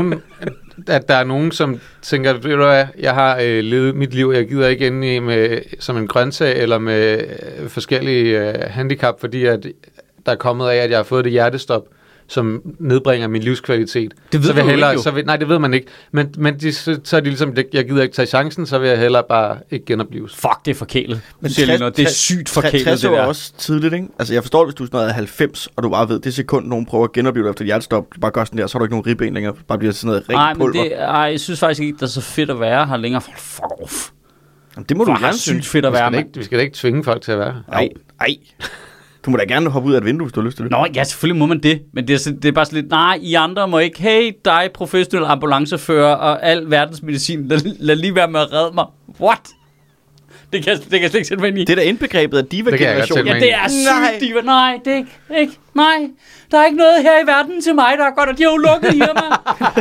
der er nogen, som tænker, ved du hvad, jeg har levet mit liv, jeg gider ikke ende som en grøntsag eller med forskellige handicap, fordi at der er kommet af, at jeg har fået det hjertestop, som nedbringer min livskvalitet. Det ved du ikke. Nej, det ved man ikke. Men så er de ligesom, jeg gider ikke tage chancen, så vil jeg hellere bare ikke genopleves. Fuck, det er forkælet. Men det er sygt forkælet, 60 det der. er også tidligt, ikke? Altså, jeg forstår, hvis du er sådan noget 90, og du bare ved, det sekund, nogen prøver at genopleve dig efter et hjertestop, du bare gør sådan der, så har du ikke nogen ribben længere. Bare bliver sådan noget rent pulver. Jeg synes faktisk ikke, det er så fedt at være her længere. Fuck off. Jamen, det må du gerne synes. Fedt at være. Vi skal da ikke tvinge folk til at være her. Nej. Du må da gerne hoppe ud af et vindue, hvis du har lyst til det. Nå, ja, selvfølgelig må man det. Men det er bare sådan lidt, nej, I andre må ikke. Hey, dig, professionel ambulancefører og al verdensmedicin, lad lige være med at redde mig. What? Det kan jeg slet ikke sætte mig ind i. Det er da indbegrebet af diva-generationen. Ja, det er sygt diva. Nej, det er ikke. Nej, der er ikke noget her i verden til mig, der er godt, og de har jo lukket hjemme.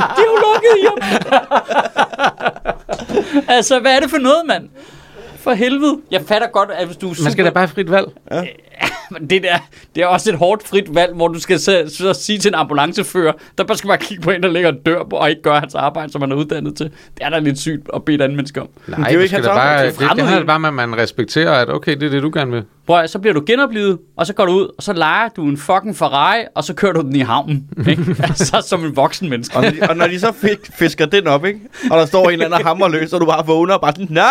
Altså, hvad er det for noget, mand? For helvede. Jeg fatter godt, at hvis du... Man skal da bare have frit valg. Ja. Men det er også et hårdt frit valg, hvor du skal så sige til en ambulancefører, der bare skal bare kigge på en, der ligger og dør på, og ikke gør hans arbejde, som han er uddannet til. Det er da lidt sygt at bede et andet menneske om. Nej, det er jo ikke hans arbejde. Det handler bare med, at man respekterer, at okay, det er det, du gerne vil. Prøv, så bliver du genoplevet, og så går du ud, og så leger du en fucking Ferrari, og så kører du den i havnen. Ikke? Altså som en voksen menneske. Og når de så fisker den op, ikke? Og der står en eller anden hammerløs, og du bare vågner og bare sådan, nej!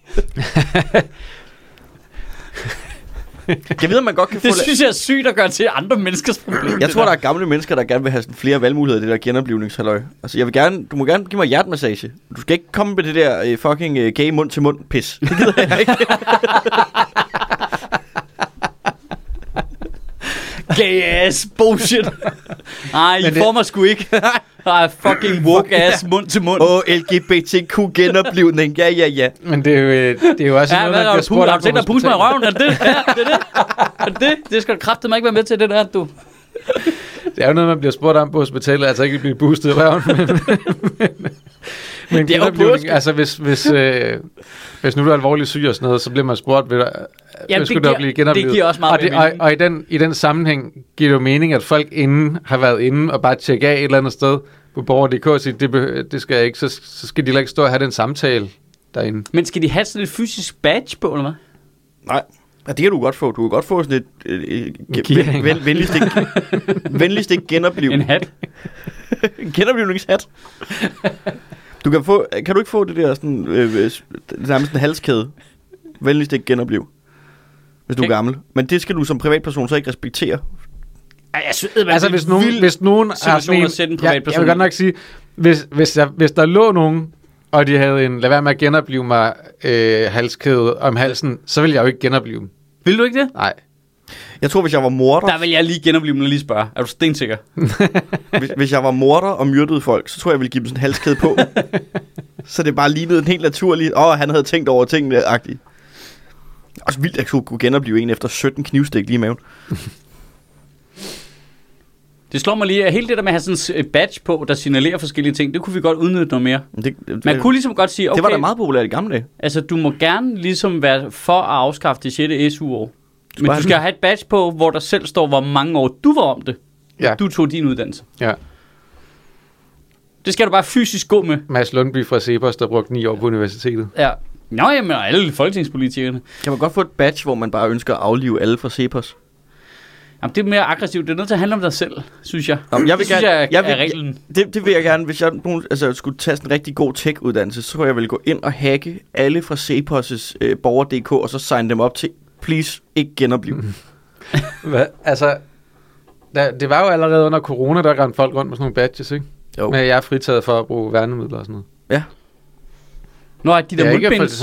Jeg ved, man godt kan få det synes jeg er sygt at gøre til andre menneskers problem. Jeg tror, der er gamle mennesker, der gerne vil have flere valgmuligheder i det der genoplivningshalløj. Altså, du må gerne give mig hjertemassage. Du skal ikke komme med det der fucking gay mund-til-mund pis. Det gider jeg ikke. Gay ass bullshit. Nej, I får mig sgu ikke. Nej, fucking woke ass mund til mund. LGBTQ genoplivning. Ja. Men det er jo også noget, der bliver spurgt om. Har du tænkt dig at puste mig i røven? Er det det? Ja, det er det. Det skal du kraftedeme ikke være med til, det der, du. Det er jo noget, man bliver spurgt om på hospitalet, altså ikke blive boostet i røven. Men det er jo altså hvis nu du er alvorligt syg og sådan noget, så bliver man spurgt, skulle der blive genoplevet. Det giver også meget mening. Og i den sammenhæng giver det jo mening, at folk inden har været inde og bare tjekke af et eller andet sted på borger.dk og sige, det skal jeg ikke, så skal de heller ikke stå og have den samtale derinde. Men skal de have sådan et fysisk badge på, eller hvad? Nej. Ja, det kan du godt få. Du kan godt få sådan et venligst ikke genopliv. En hat. En genoplivningshat. Kan du ikke få det der sådan, nærmest en halskæde? Venligst ikke genopliv. Hvis du er gammel. Men det skal du som privatperson så ikke respektere. Altså hvis nogen har sådan en, jeg vil godt nok sige, hvis der lå nogen, og de havde lad være med at genoplive mig halskæde om halsen, så ville jeg jo ikke genoplive dem. Vil du ikke det? Nej. Jeg tror, hvis jeg var morder... Der vil jeg lige genoplive dem og lige spørge. Er du stensikker? hvis jeg var morder og myrdede folk, så tror jeg ville give dem sådan en halskæde på. Så det bare lignede en helt naturlig... han havde tænkt over tingene-agtigt. Også vildt, at jeg kunne genoplive en efter 17 knivstik lige i maven. Det slår mig lige, at hele det der med at have sådan et badge på, der signalerer forskellige ting, det kunne vi godt udnytte noget mere. Man kunne ligesom godt sige, okay... Det var da meget populært i gamle dage. Altså, du må gerne ligesom være for at afskaffe det 6. SU-år. Men du skal have et badge på, hvor der selv står, hvor mange år du var om det. Ja. Du tog din uddannelse. Ja. Det skal du bare fysisk gå med. Mads Lundby fra Cepos, der brugte 9 år på universitetet. Ja. Nå, jamen, alle folketingspolitikerne. Kan man godt få et badge, hvor man bare ønsker at aflive alle fra Cepos? Jamen, det er mere aggressivt. Det er nødt til at handle om dig selv, synes jeg. Jamen, jeg er reglen. Det vil jeg gerne. Hvis jeg skulle tage sådan en rigtig god tech-uddannelse, så tror jeg ville gå ind og hacke alle fra Cepos' borger.dk, og så signe dem op til, please, ikke genoplive. Hvad? Altså, det var jo allerede under corona, der rendte folk rundt med sådan nogle badges, ikke? Jo. Men jeg er fritaget for at bruge værnemidler og sådan noget. Ja. Nå, at de der mundbinds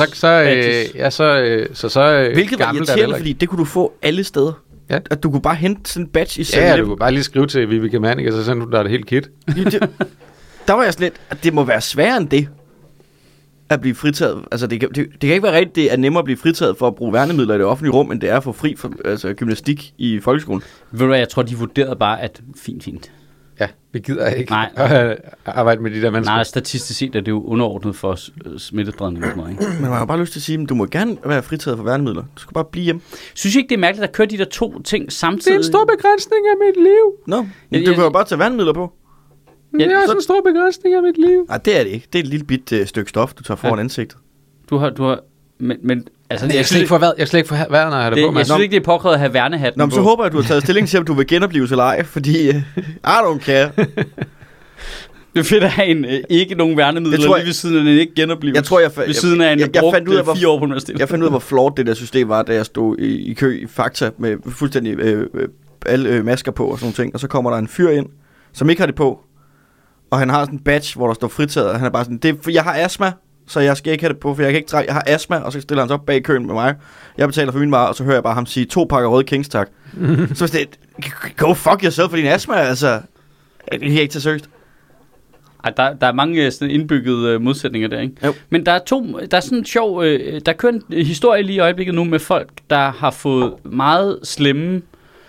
hvilket var irriterende, fordi det kunne du få alle steder. Ja. At du kunne bare hente sådan en badge i selv. Ja, du kunne bare lige skrive til Vibeke Manning, og så sendte du dig det helt kit. Der var jeg sådan lidt, at det må være sværere end det, at blive fritaget. Altså, det kan ikke være rigtigt, det er nemmere at blive fritaget for at bruge værnemidler i det offentlige rum, end det er at få fri for gymnastik i folkeskolen. Ved du hvad, jeg tror, de vurderede bare, at fint. Ja, vi gider ikke arbejde med de der mennesker. Nej, statistisk set er det jo underordnet for smittespredning. Ikke? Men man har bare lyst til at sige, at du må gerne være fritaget for værnemidler. Du skal bare blive hjemme. Synes I ikke, det er mærkeligt at køre de der to ting samtidig? Det er en stor begrænsning af mit liv. Nå, du kan jo bare tage værnemidler på. Det er også en stor begrænsning af mit liv. Nej, det er det ikke. Det er et lille bit stykke stof, du tager foran ansigtet. Du har men altså, jeg skal ikke få vejr, når jeg har det på. Jeg synes ikke, det er påkrævet at have værnehatten på. Så håber jeg, at du har taget stilling til, om du vil genoplives eller ej, fordi I don't care. Det er fedt at have ikke nogen værnemidler lige ved siden af en ikke genoplives. Jeg tror, ved siden af en brugt 4 år på universitetet. Jeg fandt ud af, hvor flot det der system var, da jeg stod i kø i Fakta med fuldstændig alle masker på og sådan ting. Og så kommer der en fyr ind, som ikke har det på. Og han har sådan en badge, hvor der står fritaget, og han er bare sådan, jeg har astma, så jeg skal ikke have det på, for jeg kan ikke trække, jeg har astma, og så stiller han sig op bag køen med mig. Jeg betaler for min vare, og så hører jeg bare ham sige 2 pakker røde Kings, tak. Så det, go fuck yourself for din astma, altså. Det er ikke til seriøst. Ej, der er mange sådan indbyggede modsætninger der, ikke? Jo. Men der er sådan en sjov, der kører en historie lige i øjeblikket nu med folk, der har fået meget slemme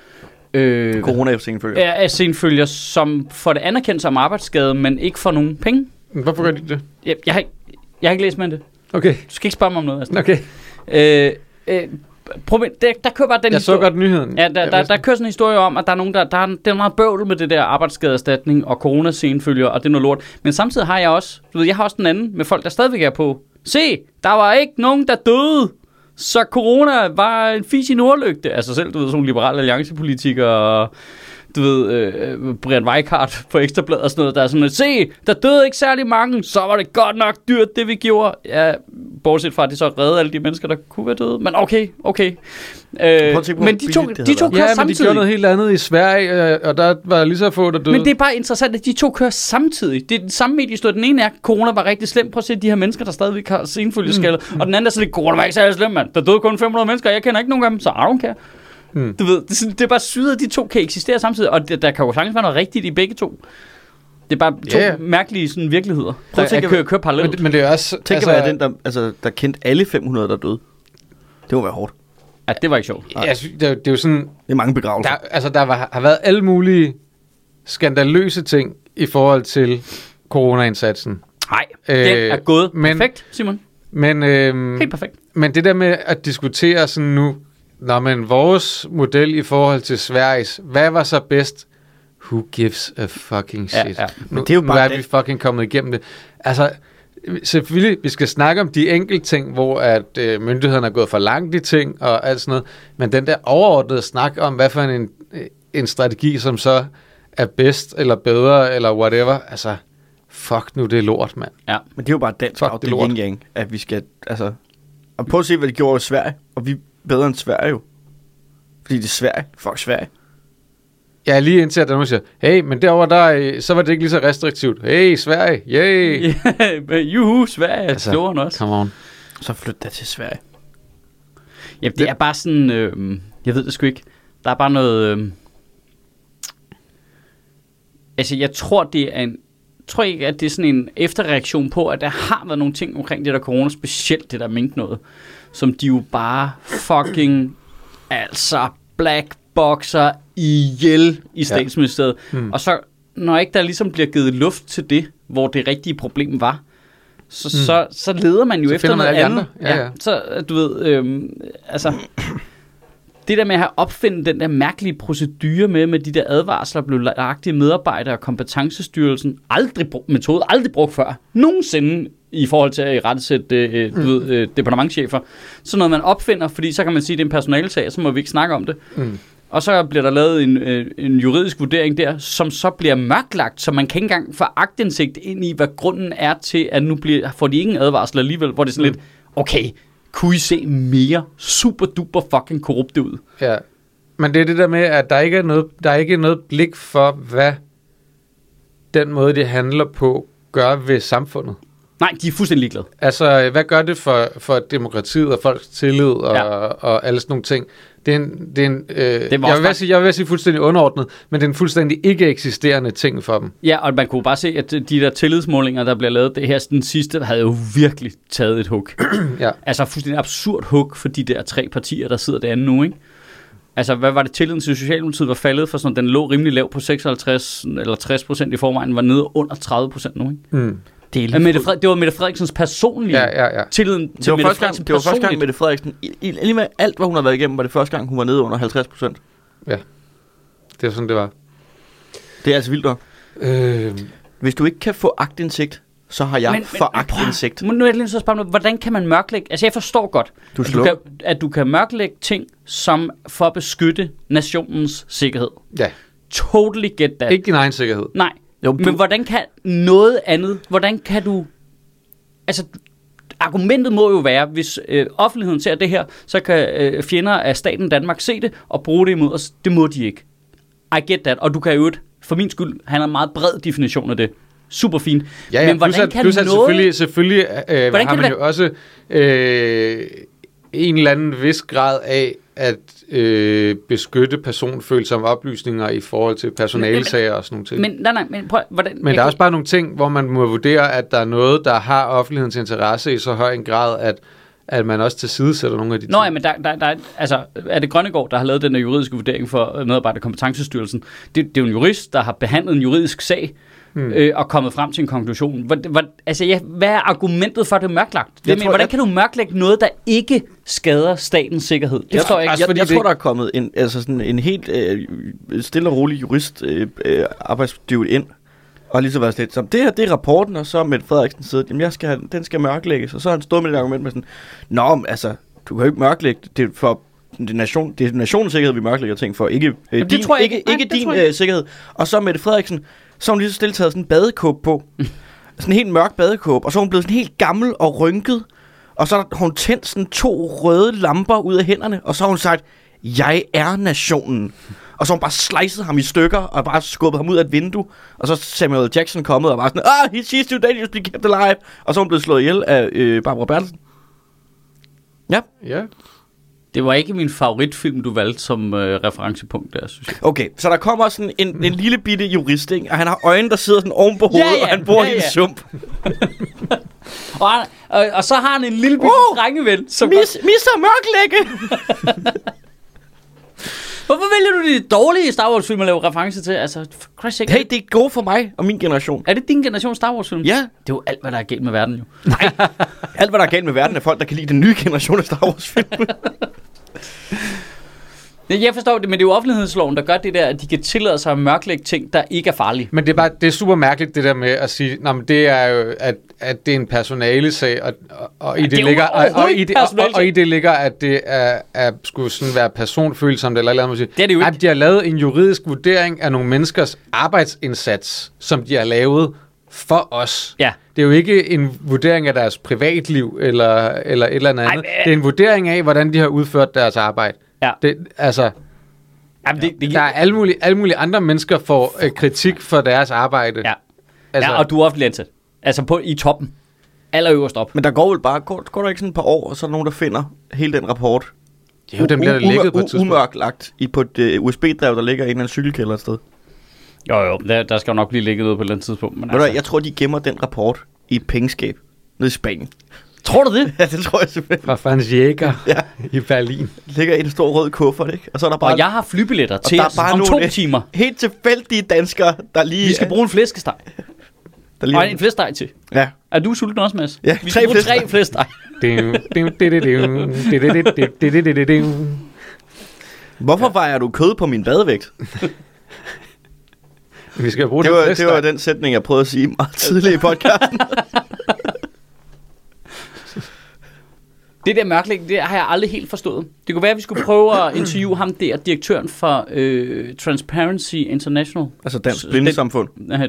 corona-senfølger, som får det anerkendt som arbejdsskade, men ikke får nogen penge. Hvorfor gør de det? Jeg har ikke læst med det. Okay. Du skal ikke spørge mig om noget. Altså. Okay. der kører bare den jeg så godt nyheden. Ja, der kører sådan en historie om, at der er nogen, der er meget bøvl med det der arbejdsskadeerstatning og coronasenfølger, og det er noget lort. Men samtidig har jeg også, jeg har også den anden med folk, der stadigvæk er på. Se, der var ikke nogen, der døde. Så corona var en fis i nordlygte. Altså selv, sådan nogle liberale alliancepolitikere, Brian Weikart på Ekstrabladet og sådan noget, der er sådan, se, der døde ikke særlig mange, så var det godt nok dyrt, det vi gjorde. Ja, bortset fra, at det så reddede alle de mennesker, der kunne være døde. Men okay. Men de to kører samtidig. Ja, men de gjorde noget helt andet i Sverige, og der var lige så få, der døde. Men det er bare interessant, at de to kører samtidig. Det er den samme mediehistorie. Den ene er, corona var rigtig slem. Prøv at se de her mennesker, der stadigvæk har senfølgeskader. Og den anden er sådan, corona var ikke særlig slem, mand. Der døde kun 500 mennesker, jeg kender ikke nogen af dem, så I don't care. Du ved, det er bare syret, at de to kan eksistere samtidig, og der kan jo sagtens være noget rigtigt i begge to. Det er bare to mærkelige sådan, virkeligheder, der kører parallelt. Men det er også... Tænk at være den, der kendte alle 500, der døde. Det må være hårdt. Ja, det var ikke sjovt. Det er jo sådan... Det er mange begravelser. Der har været alle mulige skandaløse ting i forhold til coronaindsatsen. Nej, den er gået perfekt, Simon. Men, helt perfekt. Men det der med at diskutere sådan nu, men vores model i forhold til Sveriges, hvad var så bedst? Who gives a fucking shit? Ja. Nu, det er jo bare vi fucking kommet igennem det. Altså, selvfølgelig, vi skal snakke om de enkelte ting, hvor at myndighederne er gået for langt i ting og alt sådan noget, men den der overordnede snak om, hvad for en strategi, som så er bedst eller bedre eller whatever, altså, fuck nu, det er lort, mand. Ja, men det er jo bare dansk yin-yang, at vi skal, altså, og prøv at se, hvad de gjorde i Sverige, og vi bedre end Sverige jo. Fordi det er Sverige. Fuck Sverige. Ja, lige indtil at der nu siger, hey, men derovre så var det ikke lige så restriktivt. Hey, Sverige, yay. Juhu, Sverige, altså, slår også. Come on. Så flyt da til Sverige. Ja, det er bare sådan, jeg ved det sgu ikke. Der er bare noget, altså jeg tror, tror ikke, at det er sådan en efterreaktion på, at der har været nogle ting omkring det der corona, specielt det der mink noget, som de jo bare fucking, altså blackboxer ihjel i statsministeriet. Og så, når ikke der ligesom bliver givet luft til det, hvor det rigtige problem var, så leder man jo så efter noget andet. Ja. Så du ved, altså... Det der med at opfinde den der mærkelige procedure med de der advarsler, blev lagt i medarbejdere og kompetencestyrelsen. Metode aldrig brugt før. Nogensinde i forhold til at rettesætte departementschefer. Så noget man opfinder, fordi så kan man sige, at det er en personalesag, så må vi ikke snakke om det. Og så bliver der lavet en juridisk vurdering der, som så bliver mørklagt, så man kan ikke engang få aktindsigt ind i, hvad grunden er til, at nu får de ingen advarsler alligevel, hvor det er sådan lidt, okay, kunne I se mere super duper fucking korrupte ud? Ja, men det er det der med, at der ikke er noget blik for, hvad den måde, det handler på, gør ved samfundet. Nej, de er fuldstændig ligeglade. Altså, hvad gør det for demokratiet og folks tillid og alle sådan nogle ting? Jeg vil sige fuldstændig underordnet, men det er en fuldstændig ikke eksisterende ting for dem. Ja, og man kunne bare se, at de der tillidsmålinger, der bliver lavet, det her den sidste, havde jo virkelig taget et hug. Ja. Altså fuldstændig absurd hug for de der 3 partier, der sidder derinde nu, ikke? Altså, hvad var det, tilliden til Socialdemokratiet var faldet for sådan, den lå rimelig lav på 56 eller 60% i forvejen, var nede under 30% nu, ikke? Det var Mette Frederiksens personlige tilliden til Mette Frederiksen. Det var første gang Mette Frederiksen, lige med alt, hvad hun har været igennem, var det første gang, hun var nede under 50%. Ja, det er sådan, det var. Det er altså vildt nok. Hvis du ikke kan få aktindsigt, så har jeg aktindsigt. Nu er jeg lige så spørgsmål, hvordan kan man mørklægge? Altså, jeg forstår godt, at du kan mørklægge ting, som for at beskytte nationens sikkerhed. Ja. Totally get that. Ikke din egen sikkerhed. Nej. Jo, men hvordan kan noget andet, hvordan kan du, altså argumentet må jo være, hvis offentligheden ser det her, så kan fjender af staten Danmark se det og bruge det imod os. Det må de ikke. I get that, og du kan jo for min skyld have en meget bred definition af det. Super fint. Ja, men hvordan kan noget... Selvfølgelig har man jo også en eller anden vis grad af at beskytte personfølsomme oplysninger i forhold til personalesager og sådan nogle ting. Men prøv, hvordan... Men der er også bare nogle ting, hvor man må vurdere, at der er noget, der har offentlighedens interesse i så høj en grad, at man også tilsidesætter nogle af de ting. Nå ja, men der altså, er det Grønnegård, der har lavet den juridiske vurdering for medarbejderkompetencestyrelsen. Det er jo en jurist, der har behandlet en juridisk sag, og kommet frem til en konklusion. Hvad er argumentet for, at det er mørklagt? Hvordan kan du mørklægge noget, der ikke skader statens sikkerhed? Det forstår jeg ikke. Jeg tror, der er kommet en helt stille og rolig jurist arbejdsdivet ind, og lige så været lidt som, det her, det er rapporten, og så Mette Frederiksen sidder, jamen den skal mørklægges, og så har han stået med et argument med sådan, nå, altså, du kan jo ikke mørklægge det for det er nationens sikkerhed, vi mørklægger ting for, ikke din sikkerhed. Og så Mette Frederiksen, så har hun lige så stille taget sådan en badekåb på, sådan en helt mørk badekåb, og så er hun blevet sådan helt gammel og rynket, og så har hun tændt sådan 2 røde lamper ud af hænderne, og så har hun sagt, jeg er nationen. Og så har hun bare slicet ham i stykker, og bare skubbet ham ud af et vindue. Og så Samuel Jackson kommet og var sådan, he's too dangerous to be kept alive. Og så er hun blevet slået ihjel af Barbara Bertelsen. Ja. Det var ikke min favoritfilm, du valgte som referencepunkt der, synes jeg. Okay, så der kommer sådan en lille bitte jurist, ikke? Og han har øjne, der sidder sådan oven på hovedet, og han bor i en sump. og så har han en lille bitte drengeven, som... Mr. Mørklægge! Hvorfor vælger du de dårlige Star Wars-film at lave reference til? Altså, hey, det er godt for mig og min generation. Er det din generation Star Wars-film? Ja. Det er jo alt, hvad der er galt med verden, jo. Nej, alt, hvad der er galt med verden, er folk, der kan lide den nye generation af Star Wars-film. Jeg forstår det, men det er jo offentlighedsloven, der gør det der, at de kan tillade sig at mørklægge ting, der ikke er farlige. Men det er super mærkeligt, det der med at sige, men det er jo, at det er en personalesag, og i det ligger, at det er skulle sådan være personfølsomt eller andet. Det er det jo ikke. At de har lavet en juridisk vurdering af nogle menneskers arbejdsindsats, som de har lavet for os. Ja. Det er jo ikke en vurdering af deres privatliv eller et eller andet. Det er en vurdering af, hvordan de har udført deres arbejde. Ja. Der er alle mulige andre mennesker får kritik for deres arbejde. Ja. Altså, og du er offentlig ansat. Altså i toppen. Allerøverst op. Men der går vel bare, går der ikke sådan et par år, og så er der nogen, der finder hele den rapport? Jo, den bliver lækket på et tidspunkt. Umørklagt på et USB-drev, der ligger i en eller anden cykelkælder et sted. Jo, der skal jo nok blive lækket ud på et eller andet tidspunkt. Men altså. Jeg tror, de gemmer den rapport i et pengeskab nede i Spanien. Tror du det? Ja, det tror jeg simpelthen. Fra Franz Jäger i Berlin. Det ligger i en stor rød kuffert, ikke? Og så er der bare... Og jeg har flybilletter til om 2 timer. Helt tilfældige danskere, der lige... Vi skal bruge en flæskesteg. Og en flæskesteg til. Ja. Er du sulten også, Mads? Ja, vi skal bruge 3 flæskesteg. Hvorfor vejer du kød på min badevægt? Vi skal bruge det var den sætning, jeg prøvede at sige meget tidligt i podcasten. Det der mørklægning, det har jeg aldrig helt forstået. Det kunne være, at vi skulle prøve at interviewe ham der, direktøren for Transparency International. Altså Dansk Blindesamfund.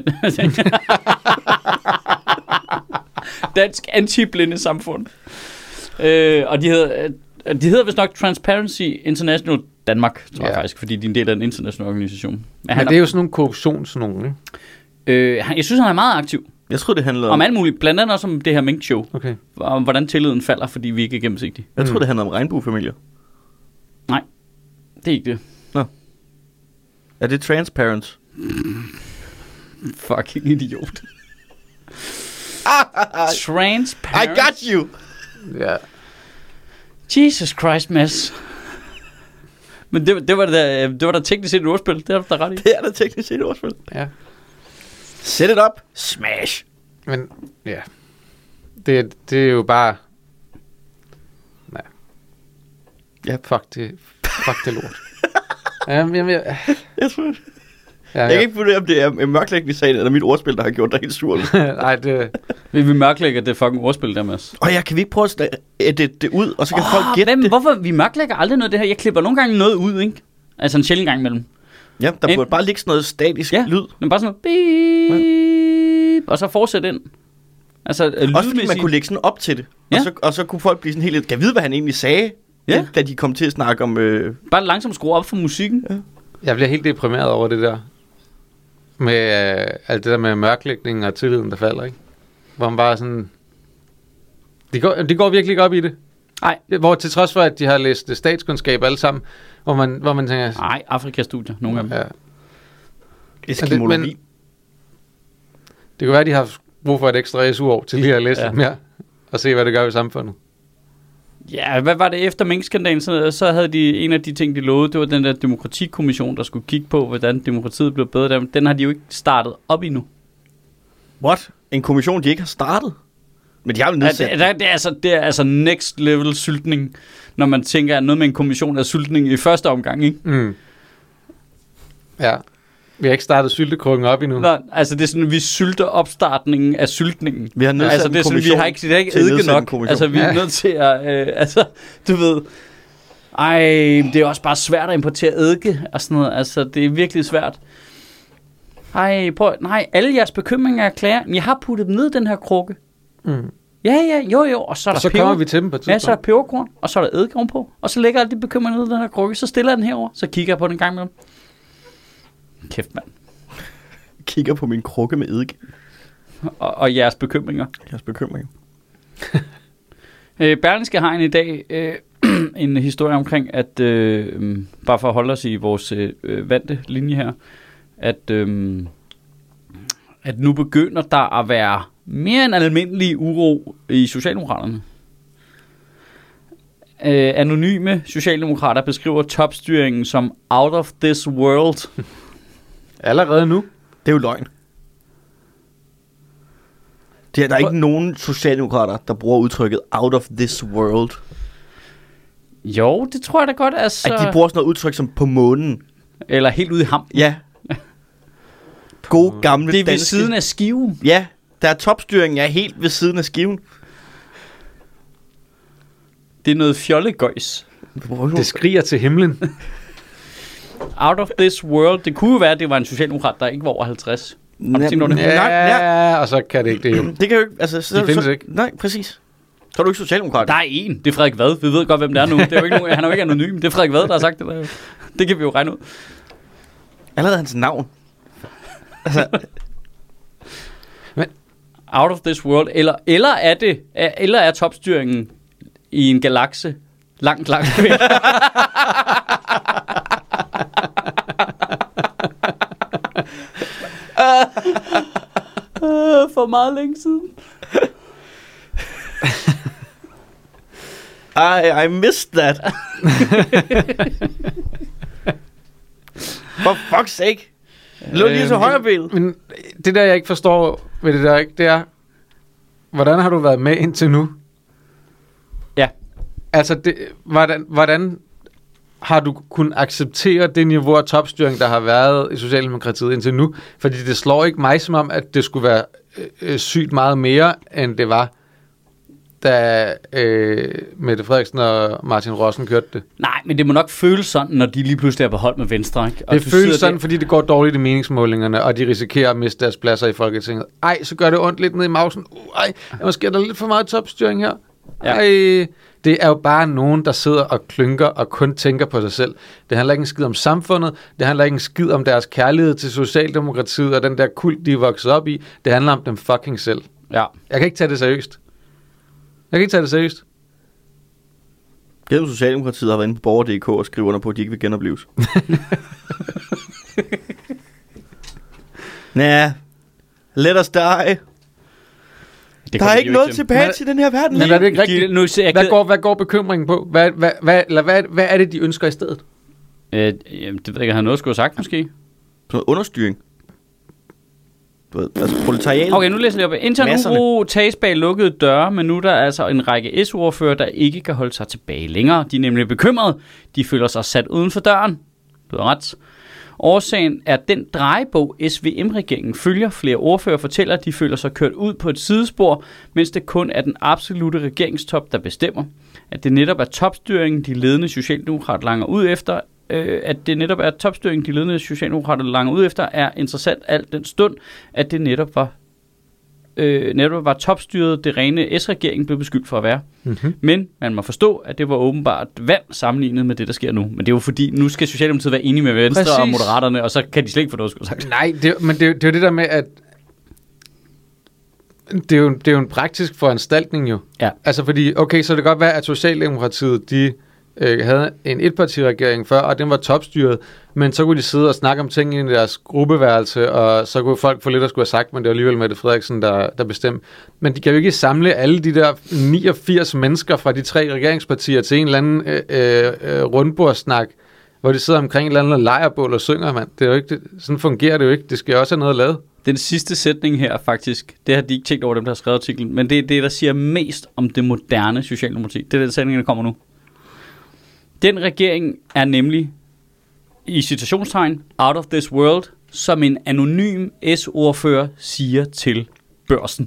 Dansk Anti-Blindesamfund. Og de hedder vist nok Transparency International Danmark, tror jeg faktisk, fordi de er en del af en international organisation. Men det er jo sådan nogle korruption, sådan nogle, ikke? Jeg synes, han er meget aktiv. Jeg tror, det handlede om alt muligt, blandt andet også om det her Mink-show. Okay. Om hvordan tilliden falder, fordi vi ikke er gennemsigtige. Jeg tror, det handler om regnbuefamilier. Nej, det er ikke det. Nå. Er det transparent? Fucking idiot. Transparent. I got you! Ja. Jesus Christ, Mads. Men det var da teknisk set et ordspil. Det er du da ret i. Det er da teknisk set et ordspil. Ja. Set it up. Smash. Men, ja. Det er jo bare... Nej. Ja. Fuck det lort. Jeg tror... Jeg kan ikke vurdere, om det er mørklægningssagen eller mit ordspil, der har gjort dig helt sur. Nej, det... Vi mørklægger det fucking ordspil der, Mads. Kan vi ikke prøve at edite det ud, og så kan folk gætte det? Hvorfor? Vi mørklægger aldrig noget af det her. Jeg klipper nogle gange noget ud, ikke? Altså en sjældent gang imellem. Ja, der burde bare ligge sådan noget statisk lyd. Men bare sådan noget beep, og så fortsæt ind. Altså, også fordi man kunne lægge sådan op til det. Ja. Og så kunne folk blive sådan helt... Kan vide, hvad han egentlig sagde, da de kom til at snakke om... Bare langsomt skrue op for musikken. Ja. Jeg bliver helt deprimeret over det der. Med alt det der med mørklægning og tilliden, der falder, ikke? Hvor man bare sådan... De går virkelig ikke op i det. Nej. Hvor til trods for, at de har læst statskundskab alle sammen, hvor man tænker... Nej, Afrika-studier, nogle af dem. Ja. Eskimologi. Men det kan være, at de har brug for et ekstra SU-år til lige at læse lidt mere, og se, hvad det gør i samfundet. Ja, hvad var det efter minkskandalen? Så havde de en af de ting, de lovede, det var den der demokratikommission, der skulle kigge på, hvordan demokratiet blev bedre. Den har de jo ikke startet op endnu. What? En kommission, de ikke har startet? Men de har jo nedsat. Det er altså next level syltning, når man tænker, at noget med en kommission er syltning i første omgang, ikke? Mm. Ja. Vi har ikke startet syltekrukken op endnu. Nå, altså det er sådan, vi sylter opstartningen af syltningen. Vi har nedsat altså, det er sådan, vi har ikke eddike nok. Altså vi er nødt til at, du ved, det er også bare svært at importere eddike og sådan noget. Altså det er virkelig svært. Alle jeres bekymringer er klare. Jeg har puttet dem ned i den her krukke. Mm. Jo, og så er der så kommer vi til dem på et tidspunkt. Ja, så er der peberkorn, og så er der eddike ovenpå. Og så lægger jeg alle de bekymringer ned i den her krukke. Så stiller jeg den herover, så kigger jeg på den en gang med dem. Kæft, mand. Kigger på min krukke med eddike. Og jeres bekymringer. Berlingske har i dag en historie omkring, at bare for at holde os i vores vante linje her, at nu begynder der at være mere end almindelig uro i Socialdemokraterne. Anonyme socialdemokrater beskriver topstyringen som out of this world. Allerede nu? Det er jo løgn. Der er ikke nogen socialdemokrater, der bruger udtrykket out of this world. Jo, det tror jeg da godt. Altså... At de bruger sådan noget udtryk som på månen. Eller helt ude i hampen. Ja. God gamle det er ved danske... siden af skiven. Ja, der er topstyringen er helt ved siden af skiven. Det er noget fjollegøjs. Det skriger til himlen. Out of this world. Det kunne jo være, at det var en socialdemokrat, der ikke var over 50. Har du tænkt over det? Ja, og så kan det ikke det jo. Det kan jo ikke. Altså, de findes ikke. Nej, præcis. Så er du ikke socialdemokrat. Der er en. Det er Frederik Vad. Vi ved godt, hvem det er nu. Det er jo ikke nogen, han er jo ikke anonym. Det er Frederik Vad, der har sagt det der. Det kan vi jo regne ud. Allerede hans navn. Altså. Men out of this world. Eller er topstyringen i en galakse langt væk. For meget længe siden. I missed that. For fuck's sake. Lå lige så højrebenet. Men det der, jeg ikke forstår ved det der, ikke, det er, hvordan har du været med indtil nu? Ja. Altså, hvordan har du kunnet acceptere det niveau af topstyring, der har været i Socialdemokratiet indtil nu? Fordi det slår ikke mig som om, at det skulle være sygt meget mere, end det var, da Mette Frederiksen og Martin Rossen kørte det. Nej, men det må nok føles sådan, når de lige pludselig er på hold med Venstre. Ikke? Og det føles sådan, fordi det går dårligt i meningsmålingerne, og de risikerer at miste deres pladser i Folketinget. Ej, så gør det ondt lidt ned i mausen. Måske er der lidt for meget topstyring her. Ja. Ej, det er jo bare nogen, der sidder og klynker og kun tænker på sig selv. Det handler ikke en skid om samfundet. Det handler ikke en skid om deres kærlighed til Socialdemokratiet og den der kult, de er vokset op i. Det handler om dem fucking selv. Ja. Jeg kan ikke tage det seriøst. Gennem Socialdemokratiet har været inde på borger.dk og skriver under på, at de ikke vil genopleves. Næh, let us die. Der er ikke noget tilbage til den her verden. Men er det ikke rigtigt? Hvad går bekymringen på? Hvad er det, de ønsker i stedet? Det ved jeg ikke, jeg har noget at skulle have sagt måske. Noget understyring. Altså proletariat. Okay, nu læser jeg op. Intern uro tages bag lukkede døre, men nu er der altså en række SU-ordfører, der ikke kan holde sig tilbage længere. De er nemlig bekymrede. De føler sig sat uden for døren. Du har ret. Årsagen er den drejebog, SVM-regeringen følger. Flere ordfører fortæller, at de føler sig kørt ud på et sidespor, mens det kun er den absolute regeringstop, der bestemmer. At det netop er topstyringen, de ledende socialdemokrater langer ud efter, er interessant alt den stund, at det netop var topstyret, det rene S-regeringen blev beskyldt for at være. Mm-hmm. Men man må forstå, at det var åbenbart vand sammenlignet med det, der sker nu. Men det er jo fordi, nu skal Socialdemokratiet være enige med Venstre. Præcis. Og Moderaterne, og så kan de slet ikke få noget at skulle sagt. Nej, men det er jo det der med, at det er jo en praktisk foranstaltning jo. Ja. Altså fordi, okay, så det kan godt være, at Socialdemokratiet, de havde en etpartiregering før, og den var topstyret, men så kunne de sidde og snakke om ting i deres gruppeværelse, og så kunne folk få lidt at skulle have sagt, men det var alligevel Mette Frederiksen, der bestemte. Men de kan jo ikke samle alle de der 89 mennesker fra de 3 regeringspartier til en eller anden rundbordssnak hvor de sidder omkring et eller andet lejrbål og synger, mand. Det er jo ikke sådan fungerer det jo ikke. Det skal jo også have noget at lave. Den sidste sætning her, faktisk, det har de ikke tænkt over, dem der har skrevet artiklen, men det er det, der siger mest om det moderne Socialdemokrati. Det er den sætning, der kommer nu. Den regering er nemlig, i citationstegn, out of this world, som en anonym S-ordfører siger til Børsen.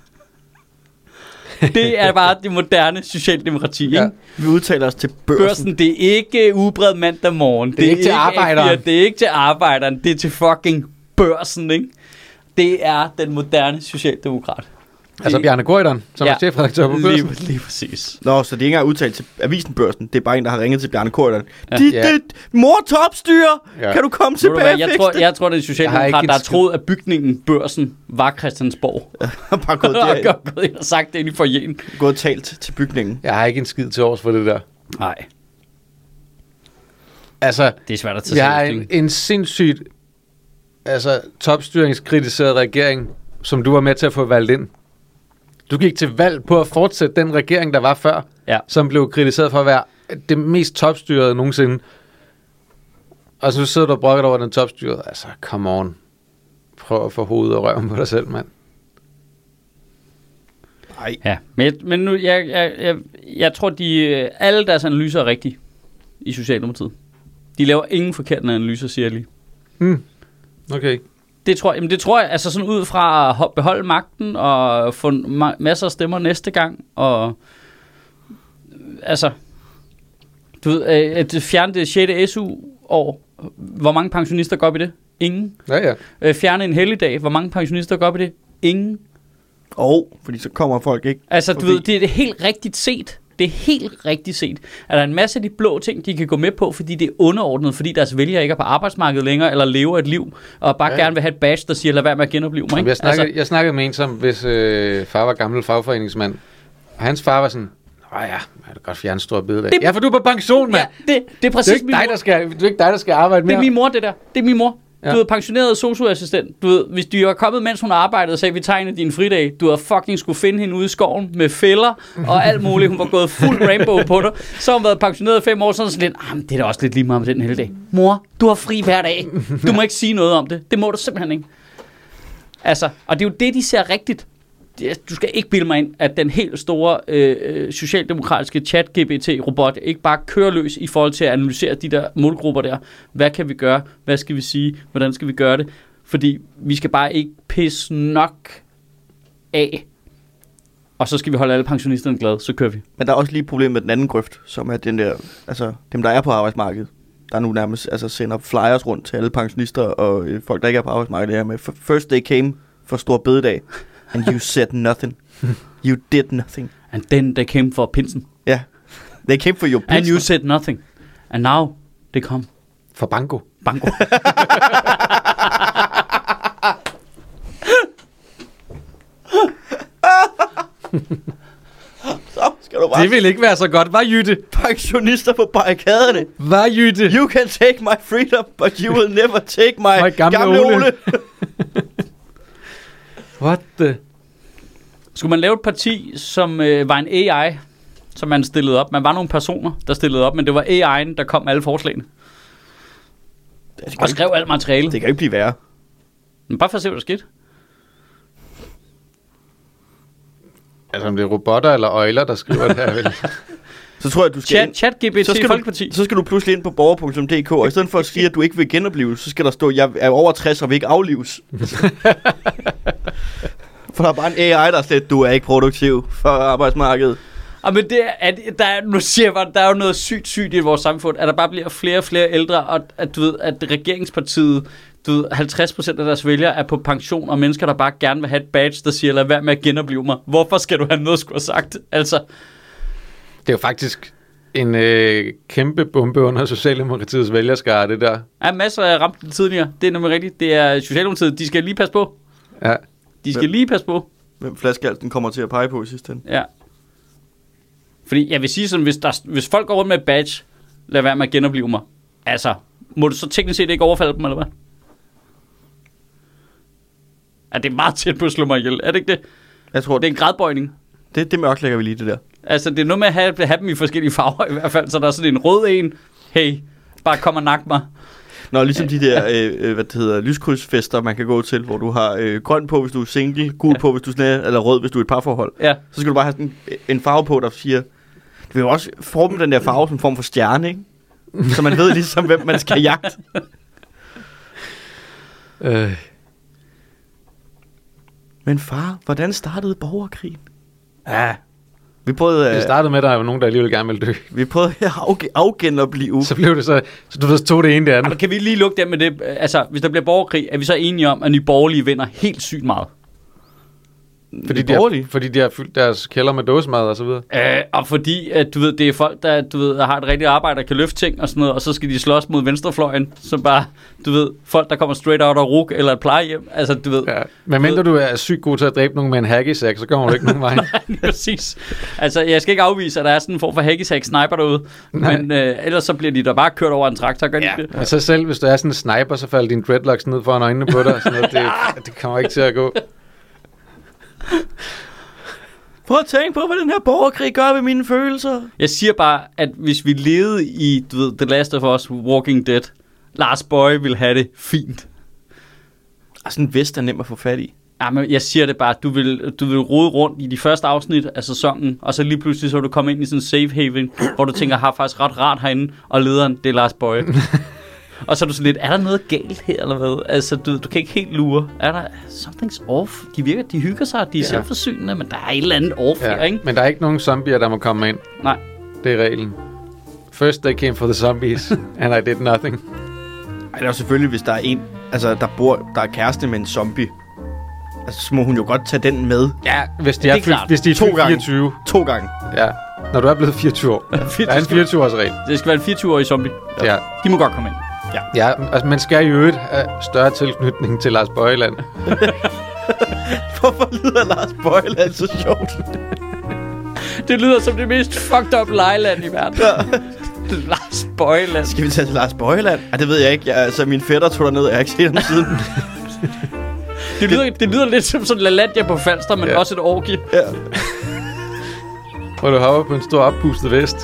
Det er bare det moderne Socialdemokrati, ikke? Ja, vi udtaler os til Børsen. Det er ikke udbredt mandag morgen. Det er ikke til arbejderen. Det er ikke til arbejderen, det er til fucking Børsen, ikke? Det er den moderne socialdemokrat. Altså Bjarne Corydon, som er chefredaktør på Børsen. Lige præcis. Nå, så det er ikke engang udtalt til avisen Børsen. Det er bare en, der har ringet til Bjarne Corydon. Mor topstyrer! Ja. Kan du komme tilbage? Jeg tror, det er socialdemokrat, der har troet, at bygningen Børsen var Christiansborg. Bare gået derind. Gået ind og sagt det ind i forjen. Gået talt til bygningen. Jeg har ikke en skid til års for det der. Nej. Altså, det er svært at tage jeg har en sindssygt topstyringskritiseret regering, som du var med til at få valgt ind. Du gik til valg på at fortsætte den regering, der var før, som blev kritiseret for at være det mest topstyrede nogensinde. Og så sidder du og brokker over den topstyrede. Altså, come on. Prøv at få hovedet og røven på dig selv, mand. Nej. Ja, men nu, jeg tror, alle deres analyser er rigtige i Socialdemokratiet. De laver ingen forkerte analyser, siger jeg lige. Okay. Det tror jeg, altså sådan ud fra at beholde magten og få masser af stemmer næste gang, og altså, du ved, at fjerne det 6. SU-år, hvor mange pensionister går op i det? Ingen. Ja. Fjerne en helligdag, hvor mange pensionister går op i det? Ingen. Fordi så kommer folk ikke. Altså, du ved, det er helt rigtigt set. Det er helt rigtigt set. Er der en masse af de blå ting, de kan gå med på, fordi det er underordnet, fordi deres vælgere ikke er på arbejdsmarkedet længere, eller lever et liv, og bare gerne vil have et badge, der siger, lad være med at genopleve mig. Ikke? Jeg snakkede med en, som hvis far var gammel fagforeningsmand, og hans far var sådan, jeg kan godt fjerne stor bededag. Ja, for du er på pension, mand. Ja, det er præcis det er ikke dig, der skal arbejde mere. Det er min mor, det der. Det er min mor. Ja. Du er pensioneret sosu-assistent. Du ved, hvis du var kommet, mens hun arbejdede, og sagde, vi tegner din fridag, du havde fucking skulle finde hende ude i skoven med fælder og alt muligt. Hun var gået fuld rainbow på dig. Så har hun været pensioneret 5 år, sådan lidt, det er da også lidt lige meget med den hele dag. Mor, du har fri hver dag. Du må ikke sige noget om det. Det må du simpelthen ikke. Altså, og det er jo det, de ser rigtigt. Du skal ikke bilde mig ind, at den helt store socialdemokratiske chat-GPT-robot ikke bare kører løs i forhold til at analysere de der målgrupper der. Hvad kan vi gøre? Hvad skal vi sige? Hvordan skal vi gøre det? Fordi vi skal bare ikke pisse nok af. Og så skal vi holde alle pensionisterne glade. Så kører vi. Men der er også lige et problem med den anden grøft, som er den der, altså dem, der er på arbejdsmarkedet. Der nu nærmest sender flyers rundt til alle pensionister og folk, der ikke er på arbejdsmarkedet. Der med first day came for stor bededag. And you said nothing. You did nothing. And then they came for pinsen. Yeah. They came for your pinsen. And you said nothing. And now they come for banko. Banko. Så skal du bare... Det vil ikke være så godt, var Jytte? Pensionister på barrikaderne. Var Jytte? You can take my freedom, but you will never take my gamle Ole. What the? Skulle man lave et parti, som var en AI, som man stillede op? Man var nogle personer, der stillede op, men det var AI'en, der kom med alle forslagene. Og skrev alt materiale. Det kan ikke blive værre. Men bare for at se, hvad der skete. Altså, om det er robotter eller øjler, der skriver det her, vel? Så tror jeg, du skal... Chat-GPT Folkeparti. Så skal du pludselig ind på borger.dk, og i stedet for at sige, at du ikke vil genopleves, så skal der stå, jeg er over 60 og vil ikke aflives. For der er bare en AI, der slet, du er ikke produktiv for arbejdsmarkedet. Men det er, nu siger jeg bare, der er jo noget sygt i vores samfund, at der bare bliver flere og flere ældre, og at, du ved, at regeringspartiet, 50% af deres vælgere er på pension, og mennesker, der bare gerne vil have et badge, der siger, lad være med at genopleve mig. Hvorfor skal du have noget, skulle have sagt? Altså... Det er jo faktisk en kæmpe bombe under Socialdemokratiets vælgerskare, det der. Ja, masser af ramt det tidligere. Det er nemlig rigtigt. Det er Socialdemokratiet, de skal lige passe på. Ja. De skal lige passe på. Hvem flaskehalsen kommer til at pege på i sidste ende. Ja. Fordi jeg vil sige sådan, hvis folk går rundt med et badge, lad være med at genopleve mig. Altså, må du så teknisk set ikke overfalde dem, eller hvad? Ja, det er meget tæt på at slå mig ihjel. Er det ikke det? Jeg tror, det er en gradbøjning. Det mørklægger vi lige, det der. Altså, det er noget med at have dem i forskellige farver i hvert fald. Så der er sådan en rød en. Hey, Bare kom og nak mig. Nå, ligesom de der, lyskrydsfester, man kan gå til, hvor du har grøn på, hvis du er single, gul på, hvis du er eller rød, hvis du er et parforhold. Ja. Så skal du bare have sådan en farve på, der siger... Det vil jo også forme den der farve som en form for stjerne, ikke? Så man ved ligesom, hvem man skal jagte. Men far, hvordan startede borgerkrigen? Ja. Vi prøvede... Det startede med, at der var nogen, der alligevel gerne ville dø. Vi prøvede at afgenoplive. Så blev det så du tog det ene det andet. Men kan vi lige lukke dem med det? Altså, hvis der bliver borgerkrig, er vi så enige om, at Nye Borgerlige vinder helt sygt meget? Fordi de har fyldt deres kælder med dåsemad og så videre. Og fordi, at du ved, det er folk, der har et rigtigt arbejde, der kan løfte ting og sådan noget, og så skal de slås mod venstrefløjen, som bare, du ved, folk, der kommer straight out af RUK eller et plejehjem, altså, du ved. Ja. Men mindre du er sygt god til at dræbe nogen med en hacky-sack, så kommer du ikke nogen vej. Nej, præcis. Altså, jeg skal ikke afvise, at der er sådan en form for hacky-sack-sniper derude, men ellers så bliver de der bare kørt over en traktor, gør de det? Og så selv, hvis du er sådan en sniper, så falder din dreadlocks ned foran øjnene på dig, sådan noget, det kommer ikke til at gå. Prøv at tænke på, hvad den her borgerkrig gør ved mine følelser. Jeg siger bare, at hvis vi levede i, du ved, The Last of Us, Walking Dead, Lars Boye ville have det fint. Og sådan en vest er nem at få fat i. Ja, men jeg siger det bare, du vil rode rundt i de første afsnit af sæsonen, og så lige pludselig så vil du komme ind i sådan en safe haven, hvor du tænker, har faktisk ret rart herinde, og lederen, det er Lars Boye. Og så er du sådan lidt, er der noget galt her, eller hvad? Altså, du kan ikke helt lure. Er der something's off? De hygger sig, de er selvforsynende, men der er et eller andet off her, ikke? Men der er ikke nogen zombier, der må komme ind. Nej. Det er reglen. First they came for the zombies, and I did nothing. Ej, det er jo selvfølgelig, hvis der er en, altså, der er kæreste med en zombie. Altså, så må hun jo godt tage den med. Ja, hvis de er 24. 2 gange. Ja. Når du er blevet 24 år. Der er en 24-års regel. Det skal være en 24-årig zombie. Ja. De må godt komme ind. Ja, altså man skal i øvrigt have større tilknytning til Lars Bøjland. Hvorfor lyder Lars Bøjland så sjovt? Det lyder som det mest fucked up lejeland i verden. Ja. Lars Bøjland. Skal vi tage til Lars Bøjland? Ej, det ved jeg ikke. Altså, min fætter tog derned, jeg har ikke set ham siden. Det lyder lidt som sådan LaLandia på Falster, men også et orgie. Ja. Hvor du hopper på en stor oppustet vest.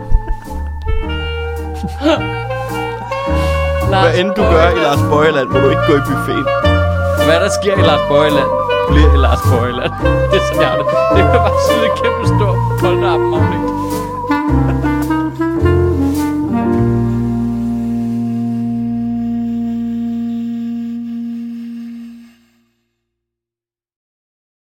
Hvad end du gør i Lars Bøjland, må du ikke gå i buffeten. Hvad der sker i Lars Bøjland, bliver i Lars Bøjland. Det er sådan, jeg har det. Det er bare sådan en kæmpe stor polterarm.